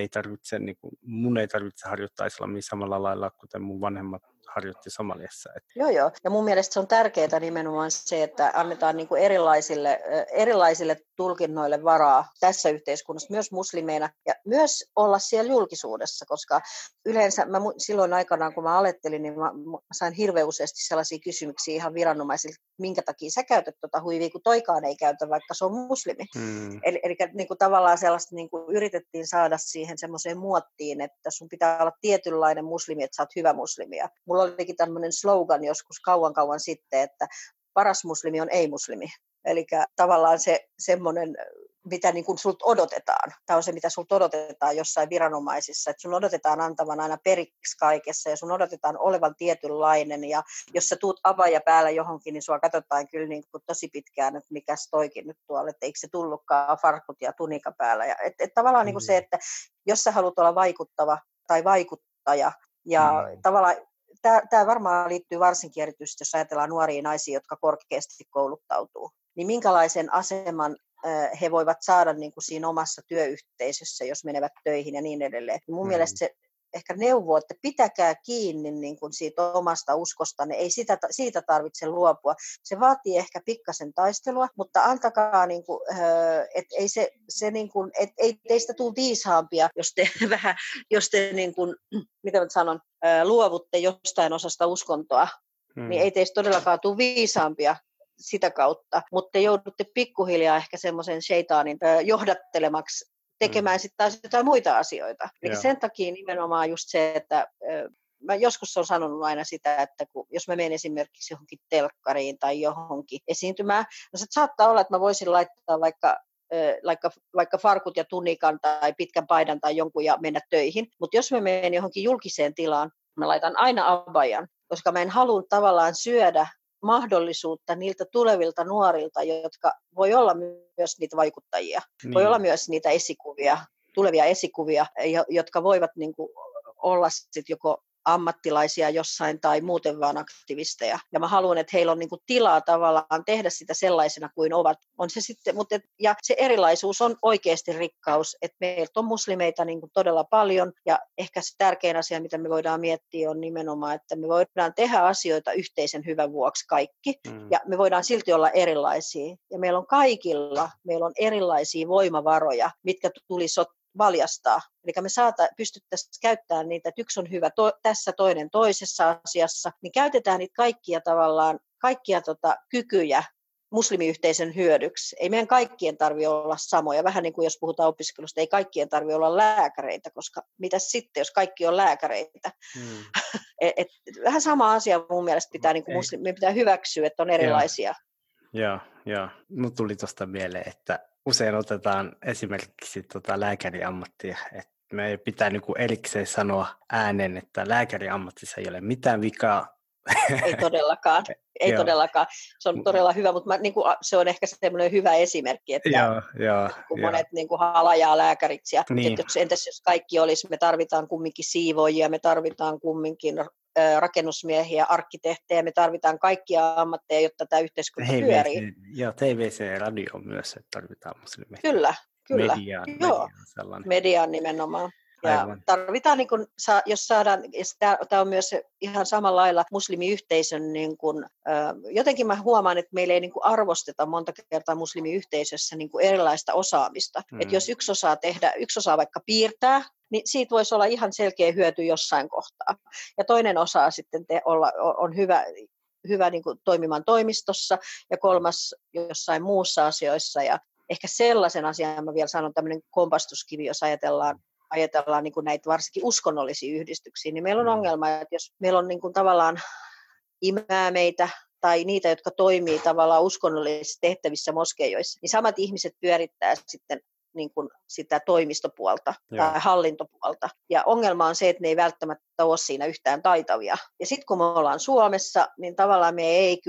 mun ei tarvitse harjoittaa islamia samalla lailla kuten mun vanhemmat harjoitti Somaliassa. Joo, ja mun mielestä se on tärkeää nimenomaan se, että annetaan niin kuin erilaisille tulkinnoille varaa tässä yhteiskunnassa, myös muslimeina, ja myös olla siellä julkisuudessa, koska yleensä silloin aikanaan, kun mä alettelin, niin mä sain hirveän useasti sellaisia kysymyksiä ihan viranomaisilta, minkä takia sä käytät huivia, kun toikaan ei käytä, vaikka se on muslimi. Eli niin kuin tavallaan sellaista niin kuin yritettiin saada siihen semmoiseen muottiin, että sun pitää olla tietynlainen muslimi, että sä oot hyvä muslimi. Ja mulla olikin tämmöinen slogan joskus kauan sitten, että paras muslimi on ei-muslimi. Eli tavallaan se semmoinen, mitä niin kuin sulta odotetaan. Tämä on se, mitä sulta odotetaan jossain viranomaisissa. Että sun odotetaan antavan aina periksi kaikessa ja sun odotetaan olevan tietynlainen. Ja jos sä tuut avaaja päällä johonkin, niin sua katsotaan kyllä niin kuin tosi pitkään, että mikäs toikin nyt tuolla. Että eikö se tullutkaan farkut ja tunika päällä. Ja, tavallaan niin kuin se, että jos sä haluat olla vaikuttava tai vaikuttaja ja tavallaan tämä varmaan liittyy varsinkin erityisesti, jos ajatellaan nuoria naisia, jotka korkeasti kouluttautuu. Niin minkälaisen aseman he voivat saada niin kuin siinä omassa työyhteisössä, jos menevät töihin ja niin edelleen. Mun mielestä se ehkä neuvoo, että pitäkää kiinni niin kuin siitä omasta uskostanne, ei siitä tarvitse luopua. Se vaatii ehkä pikkasen taistelua, mutta antakaa, niin kuin, että ei se niin kuin, ei teistä tule viisaampia, jos te niin kuin, mitä mä sanon, luovutte jostain osasta uskontoa, niin ei teistä todellakaan tule viisaampia sitä kautta, mutta te joudutte pikkuhiljaa ehkä semmoisen sheitaanin johdattelemaksi tekemään sitten taas jotain muita asioita. Eli sen takia nimenomaan just se, että mä joskus olen sanonut aina sitä, että jos mä menen esimerkiksi johonkin telkkariin tai johonkin esiintymään, no se saattaa olla, että mä voisin laittaa vaikka farkut ja tunikan tai pitkän paidan tai jonkun ja mennä töihin, mutta jos mä menen johonkin julkiseen tilaan, mä laitan aina abajan, koska mä en halua tavallaan syödä mahdollisuutta niiltä tulevilta nuorilta, jotka voi olla myös niitä vaikuttajia, voi olla myös niitä esikuvia, tulevia esikuvia, jotka voivat niin kuin olla sit joko ammattilaisia jossain tai muuten vaan aktivisteja. Ja mä haluan, että heillä on niin kuin tilaa tavallaan tehdä sitä sellaisena kuin ovat. On se sitten, ja se erilaisuus on oikeasti rikkaus, että meiltä on muslimeita niin kuin todella paljon, ja ehkä se tärkein asia, mitä me voidaan miettiä, on nimenomaan, että me voidaan tehdä asioita yhteisen hyvän vuoksi kaikki, ja me voidaan silti olla erilaisia. Ja meillä on erilaisia voimavaroja, mitkä tulisi valjastaa. Eli me pystyttäisiin käyttämään niitä, että yksi on hyvä tässä, toinen toisessa asiassa, niin käytetään niitä kaikkia kykyjä muslimiyhteisön hyödyksi. Ei meidän kaikkien tarvitse olla samoja. Vähän niin kuin jos puhutaan opiskelusta, ei kaikkien tarvitse olla lääkäreitä, koska mitäs sitten, jos kaikki on lääkäreitä? Vähän sama asia mun mielestä meidän pitää hyväksyä, että on erilaisia. Joo. Mut tuli tuosta mieleen, että usein otetaan esimerkiksi lääkäriammattia, että me pitää niinku erikseen sanoa ääneen, että lääkäriammatissa ei ole mitään vikaa. Ei todellakaan. Se on todella hyvä, mutta se on ehkä semmoinen hyvä esimerkki, että kun monet halajaa lääkäriksi. Ja niin. Entäs jos kaikki olisi, me tarvitaan kumminkin siivoojia, me tarvitaan kumminkin rakennusmiehiä, arkkitehtejä, me tarvitaan kaikkia ammatteja, jotta tämä yhteiskunta pyörii. Joo, TVC ja radio myös, että tarvitaan muslimeita. Kyllä. Mediaan nimenomaan. Ja tarvitaan, jos saadaan, tämä on myös ihan samalla lailla muslimiyhteisön, jotenkin mä huomaan, että meillä ei arvosteta monta kertaa muslimiyhteisössä erilaista osaamista. Että jos yksi osaa vaikka piirtää, niin siitä voisi olla ihan selkeä hyöty jossain kohtaa. Ja toinen osaa sitten on hyvä toimimaan toimistossa ja kolmas jossain muussa asioissa. Ja ehkä sellaisen asian mä vielä sanon, tämmöinen kompastuskivi, jos ajatellaan näitä varsinkin uskonnollisia yhdistyksiä, niin meillä on ongelma, että jos meillä on tavallaan imäämeitä tai niitä, jotka toimii tavallaan uskonnollisissa tehtävissä moskeijoissa, niin samat ihmiset pyörittää sitten sitä toimistopuolta tai hallintopuolta. Ja ongelma on se, että ne ei välttämättä ole siinä yhtään taitavia. Ja sitten kun me ollaan Suomessa, niin tavallaan me ei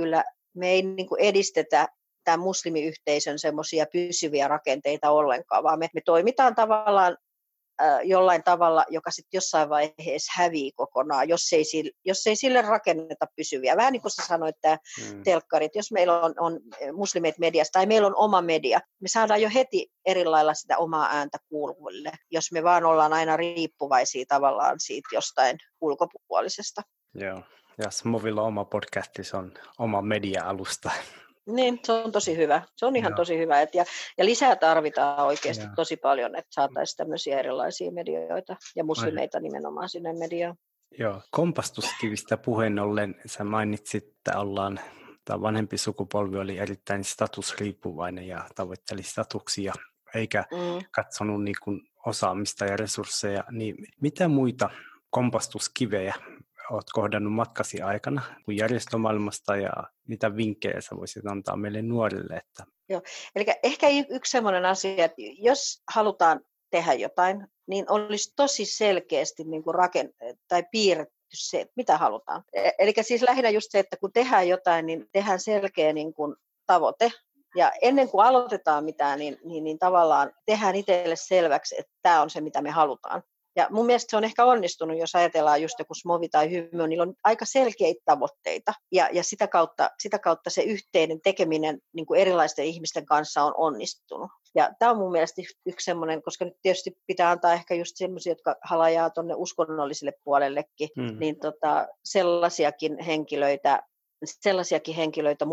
edistetä tämän muslimiyhteisön semmoisia pysyviä rakenteita ollenkaan, vaan me toimitaan tavallaan jollain tavalla, joka sitten jossain vaiheessa hävii kokonaan, jos ei sille rakenneta pysyviä. Vähän niin kuin sä sanoit, tämä telkkarit, jos meillä on muslimit mediassa tai meillä on oma media, me saadaan jo heti eri lailla sitä omaa ääntä kuuluville, jos me vaan ollaan aina riippuvaisia tavallaan siitä jostain ulkopuolisesta. Joo, ja Smovilla oma podcasti, se on oma media-alusta. Niin, se on tosi hyvä. Se on ihan tosi hyvä. Ja lisää tarvitaan oikeasti tosi paljon, että saataisiin tämmöisiä erilaisia medioita ja muslimeita nimenomaan sinne mediaan. Joo, kompastuskivistä puheen ollen sä mainitsit, että vanhempi sukupolvi oli erittäin statusriippuvainen ja tavoitteli statuksia, eikä katsonut osaamista ja resursseja. Niin mitä muita kompastuskivejä olet kohdannut matkasi aikana kuin järjestömaailmasta ja mitä vinkkejä sä voisit antaa meille nuorille? Joo, eli ehkä yksi sellainen asia, että jos halutaan tehdä jotain, niin olisi tosi selkeästi tai piirretty se, mitä halutaan. Eli siis lähinnä just se, että kun tehdään jotain, niin tehdään selkeä tavoite. Ja ennen kuin aloitetaan mitään, niin tavallaan tehdään itselle selväksi, että tämä on se, mitä me halutaan. Ja mun mielestä se on ehkä onnistunut, jos ajatellaan just joku Smovi tai Hymy, niillä on aika selkeitä tavoitteita. Ja sitä kautta se yhteinen tekeminen erilaisten ihmisten kanssa on onnistunut. Ja tämä on mun mielestä yksi semmoinen, koska nyt tietysti pitää antaa ehkä just semmoisia, jotka halajaa tuonne uskonnolliselle puolellekin, niin sellaisiakin henkilöitä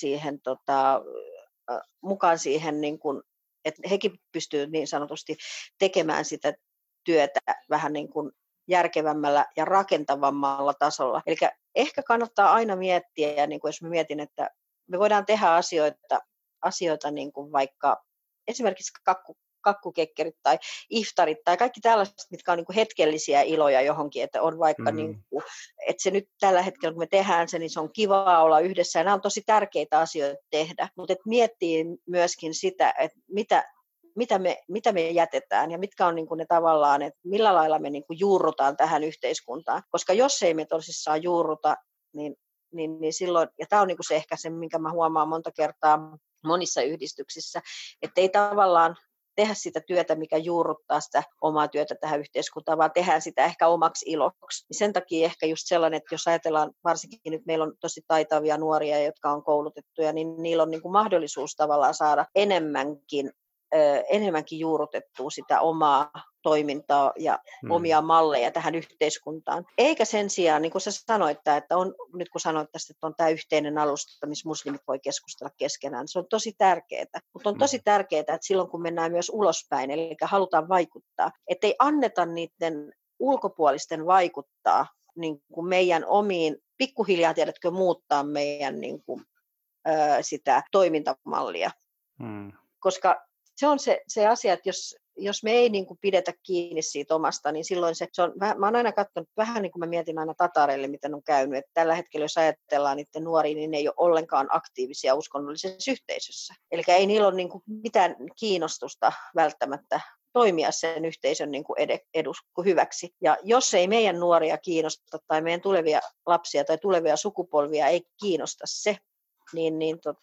mukaan siihen että hekin pystyvät niin sanotusti tekemään sitä työtä vähän järkevämmällä ja rakentavammalla tasolla. Eli ehkä kannattaa aina miettiä, jos mä mietin, että me voidaan tehdä asioita vaikka esimerkiksi kakkukekkerit tai iftarit tai kaikki tällaiset, mitkä on hetkellisiä iloja johonkin, että on vaikka että se nyt tällä hetkellä, kun me tehdään se, niin se on kivaa olla yhdessä ja nämä on tosi tärkeitä asioita tehdä, mutta että miettii myöskin sitä, että mitä me jätetään ja mitkä on ne tavallaan, että millä lailla me juurrutaan tähän yhteiskuntaan. Koska jos ei me tosissaan juurruta, niin niin silloin, ja tämä on niin kuin se ehkä se, minkä mä huomaan monta kertaa monissa yhdistyksissä, että ei tavallaan tehdä sitä työtä, mikä juurruttaa sitä omaa työtä tähän yhteiskuntaan, vaan tehdään sitä ehkä omaksi iloksi. Sen takia ehkä just sellainen, että jos ajatellaan, varsinkin nyt meillä on tosi taitavia nuoria, jotka on koulutettuja, niin niillä on niin kuin mahdollisuus tavallaan saada enemmänkin juurrutettua sitä omaa toimintaa ja omia malleja tähän yhteiskuntaan. Eikä sen sijaan, niin kuin sä sanoit, että on, nyt kun sanoit tästä, että on tämä yhteinen alusta, missä muslimit voi keskustella keskenään, se on tosi tärkeää. Mutta on tosi tärkeää, että silloin kun mennään myös ulospäin, eli halutaan vaikuttaa, ettei anneta niiden ulkopuolisten vaikuttaa niin kuin meidän omiin, pikkuhiljaa tiedätkö, muuttaa meidän niin kuin, sitä toimintamallia. Koska se on se asia, että jos me ei niin kuin pidetä kiinni siitä omasta, niin silloin se on, mä oon aina katsonut, vähän niin kuin mä mietin aina tatareille, miten on käynyt, että tällä hetkellä, jos ajatellaan niiden nuoria, niin ne ei ole ollenkaan aktiivisia uskonnollisessa yhteisössä. Eli ei niillä ole niin kuin mitään kiinnostusta välttämättä toimia sen yhteisön niin kuin hyväksi. Ja jos ei meidän nuoria kiinnosta tai meidän tulevia lapsia tai tulevia sukupolvia ei kiinnosta se, niin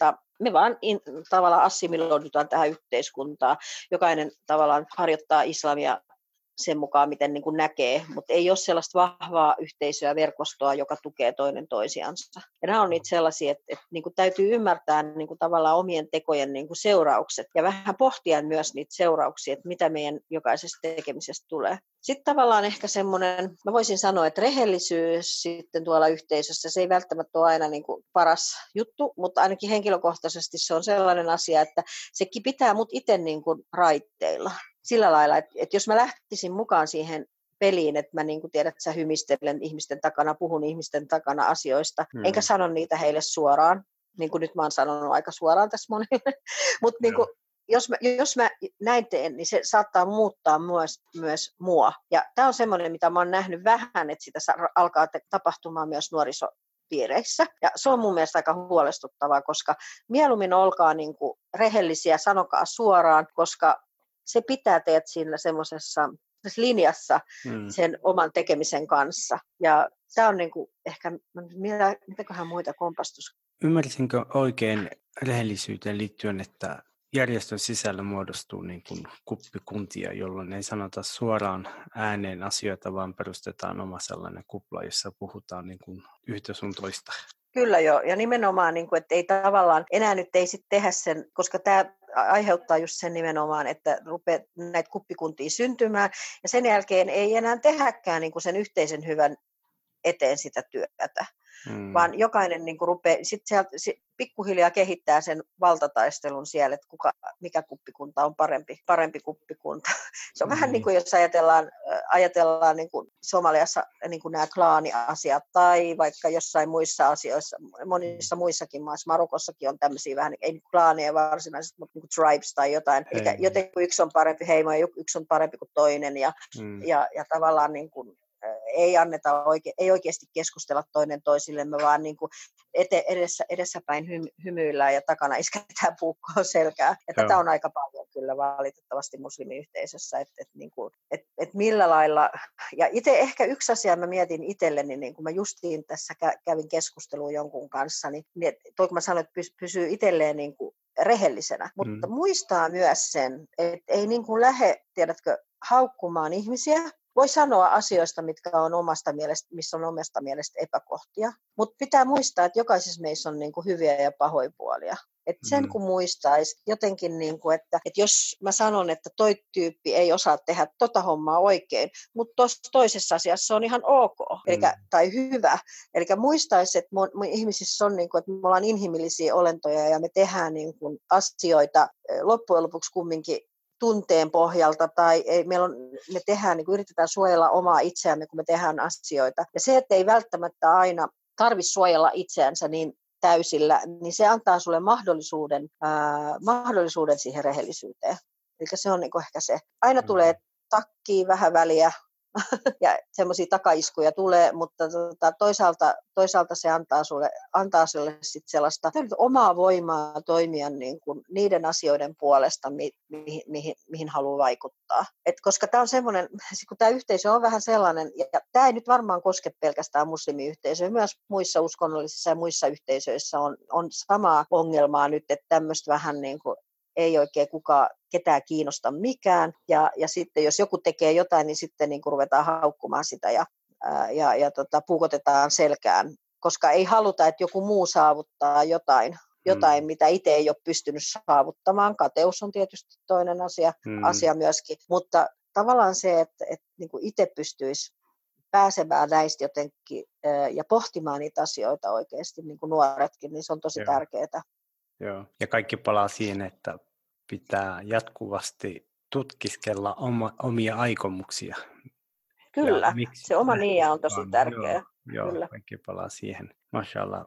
me vaan tavallaan assimiloidutaan tähän yhteiskuntaan. Jokainen tavallaan harjoittaa islamia sen mukaan, miten niin kuin näkee, mutta ei ole sellaista vahvaa yhteisöä, verkostoa, joka tukee toinen toisiansa. Ja nämä on niitä sellaisia, että niin kuin täytyy ymmärtää niin kuin tavallaan omien tekojen niin kuin seuraukset ja vähän pohtia myös niitä seurauksia, että mitä meidän jokaisesta tekemisestä tulee. Sitten tavallaan ehkä semmoinen, mä voisin sanoa, että rehellisyys sitten tuolla yhteisössä, se ei välttämättä ole aina niin kuin paras juttu, mutta ainakin henkilökohtaisesti se on sellainen asia, että sekin pitää mut itse niin kuin raitteilla. Sillä lailla, että jos mä lähtisin mukaan siihen peliin, että mä niin kuin tiedät, että sä hymistelen ihmisten takana, puhun ihmisten takana asioista, enkä sano niitä heille suoraan, niin kuin nyt mä oon sanonut aika suoraan tässä monille, mutta niin kuin jos mä näin teen, niin se saattaa muuttaa myös mua. Ja tämä on semmoinen, mitä mä oon nähnyt vähän, että sitä alkaa tapahtumaan myös nuorisopiireissä. Ja se on mun mielestä aika huolestuttavaa, koska mieluummin olkaa niin kuin rehellisiä, sanokaa suoraan, koska se pitää teidät siinä semmoisessa linjassa sen oman tekemisen kanssa. Ja tämä on niin kuin ehkä, mitäköhän muita kompastus. Ymmärsinkö oikein rehellisyyteen liittyen, että järjestön sisällä muodostuu niin kuin kuppikuntia, jolloin ei sanota suoraan ääneen asioita, vaan perustetaan oma sellainen kupla, jossa puhutaan niin kuin yhtä sun toista? Kyllä joo, ja nimenomaan, niin kuin, että ei tavallaan, enää nyt ei sitten tehdä sen, koska tämä aiheuttaa just sen nimenomaan, että rupeaa näitä kuppikuntia syntymään, ja sen jälkeen ei enää tehdäkään niin kuin sen yhteisen hyvän eteen sitä työtä, vaan jokainen niin kuin rupeaa, sitten pikkuhiljaa kehittää sen valtataistelun siellä, että mikä kuppikunta on parempi kuppikunta. Se on vähän niin kuin jos ajatellaan niin kuin Somaliassa niin kuin nämä klaaniasiat tai vaikka jossain muissa asioissa, monissa muissakin maissa, Marokossakin on tämmöisiä vähän, ei klaaneja varsinaisesti, mutta niin kuin tribes tai jotain. Eli jotenkin yksi on parempi heimo ja yksi on parempi kuin toinen ja tavallaan niin kuin ei oikeasti keskustella toinen toisillemme, vaan niin kuin edessäpäin hymyillään ja takana isketään puukkoon selkää. Ja tätä on aika paljon kyllä valitettavasti muslimiyhteisössä, että millä lailla. Ja itse ehkä yksi asia mä mietin itselleni, niin kun mä justiin tässä kävin keskustelua jonkun kanssa, niin kun mä sanoin, että pysyy itselleen niin kuin rehellisenä, mutta muistaa myös sen, että ei niin kuin lähde, tiedätkö, haukkumaan ihmisiä. Voi sanoa asioista, mitkä on missä on omasta mielestä epäkohtia, mutta pitää muistaa, että jokaisessa meissä on niin kuin hyviä ja pahoja puolia. Että sen kun muistaisi jotenkin, niin kuin, että jos mä sanon, että toi tyyppi ei osaa tehdä tota hommaa oikein, mutta tuossa toisessa asiassa on ihan ok tai hyvä. Eli muistaisi, että ihmisissä on, niin kuin, että me ollaan inhimillisiä olentoja ja me tehdään niin kuin asioita loppujen lopuksi kumminkin tunteen pohjalta tai me tehdään, niin kuin yritetään suojella omaa itseämme, kun me tehdään asioita. Ja se, että ei välttämättä aina tarvitse suojella itseänsä niin täysillä, niin se antaa sulle mahdollisuuden siihen rehellisyyteen. Eli se on niin kuin ehkä se. Aina tulee takkiin vähän väliä, ja semmoisia takaiskuja tulee, mutta toisaalta se antaa sulle sit sellaista omaa voimaa toimia niin kuin niiden asioiden puolesta, mihin haluaa vaikuttaa. Koska tämä on semmoinen, kun tämä yhteisö on vähän sellainen, ja tämä ei nyt varmaan koske pelkästään muslimiyhteisöjä, myös muissa uskonnollisissa ja muissa yhteisöissä on samaa ongelmaa nyt, että tämmöistä vähän niin kuin ei oikein ketään kiinnosta mikään, ja sitten jos joku tekee jotain, niin sitten niin kuin ruvetaan haukkumaan sitä ja puukotetaan selkään, koska ei haluta, että joku muu saavuttaa jotain mitä itse ei ole pystynyt saavuttamaan. Kateus on tietysti toinen asia myöskin, mutta tavallaan se, että niin kuin itse pystyisi pääsemään näistä jotenkin ja pohtimaan niitä asioita oikeasti, niin kuin nuoretkin, niin se on tosi tärkeää. Joo, ja kaikki palaa siihen, että pitää jatkuvasti tutkiskella omia aikomuksia. Kyllä, se oma niia on tosi tärkeä. Joo, kyllä. kaikki palaa siihen. Mashallah.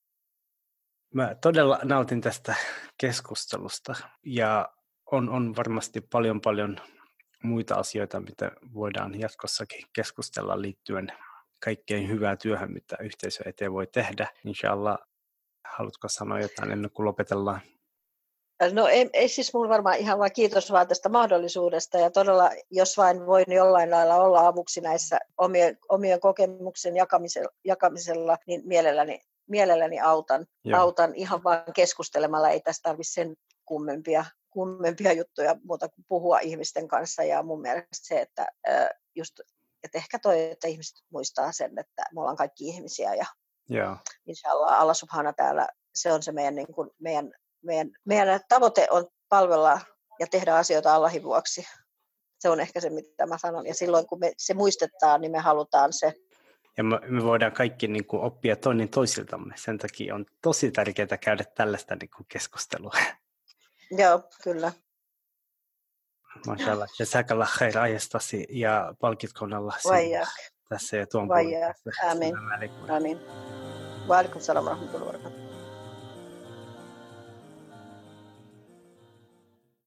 Mä todella nautin tästä keskustelusta ja on varmasti paljon muita asioita, mitä voidaan jatkossakin keskustella liittyen kaikkein hyvää työhön, mitä yhteisö eteen voi tehdä. Inshallah, haluatko sanoa jotain ennen kuin lopetellaan? No ei siis mun varmaan ihan vaan kiitos vaan tästä mahdollisuudesta ja todella, jos vain voin jollain lailla olla avuksi näissä omien kokemuksen jakamisella, niin mielelläni autan ihan vaan keskustelemalla, ei tästä tarvitse sen kummempia juttuja muuta kuin puhua ihmisten kanssa ja mun mielestä se, että ehkä että ihmiset muistaa sen, että me ollaan kaikki ihmisiä ja inshallah Allah subhana täällä, se on se meidän, niin kuin, meidän tavoite on palvella ja tehdä asioita Allahin vuoksi. Se on ehkä se, mitä mä sanon. Ja silloin, kun se muistetaan, niin me halutaan se. Ja me voidaan kaikki niin kuin oppia toinen toisiltamme. Sen takia on tosi tärkeää käydä tällaista niin kuin keskustelua. Joo, kyllä. Mashallah. Jazakallah khair ajastasi ja palkitkoon Allah tässä ja tuon puolesta. Amin. Amin. Wa alaikum salam wa rahmatullahi wa barakatuh.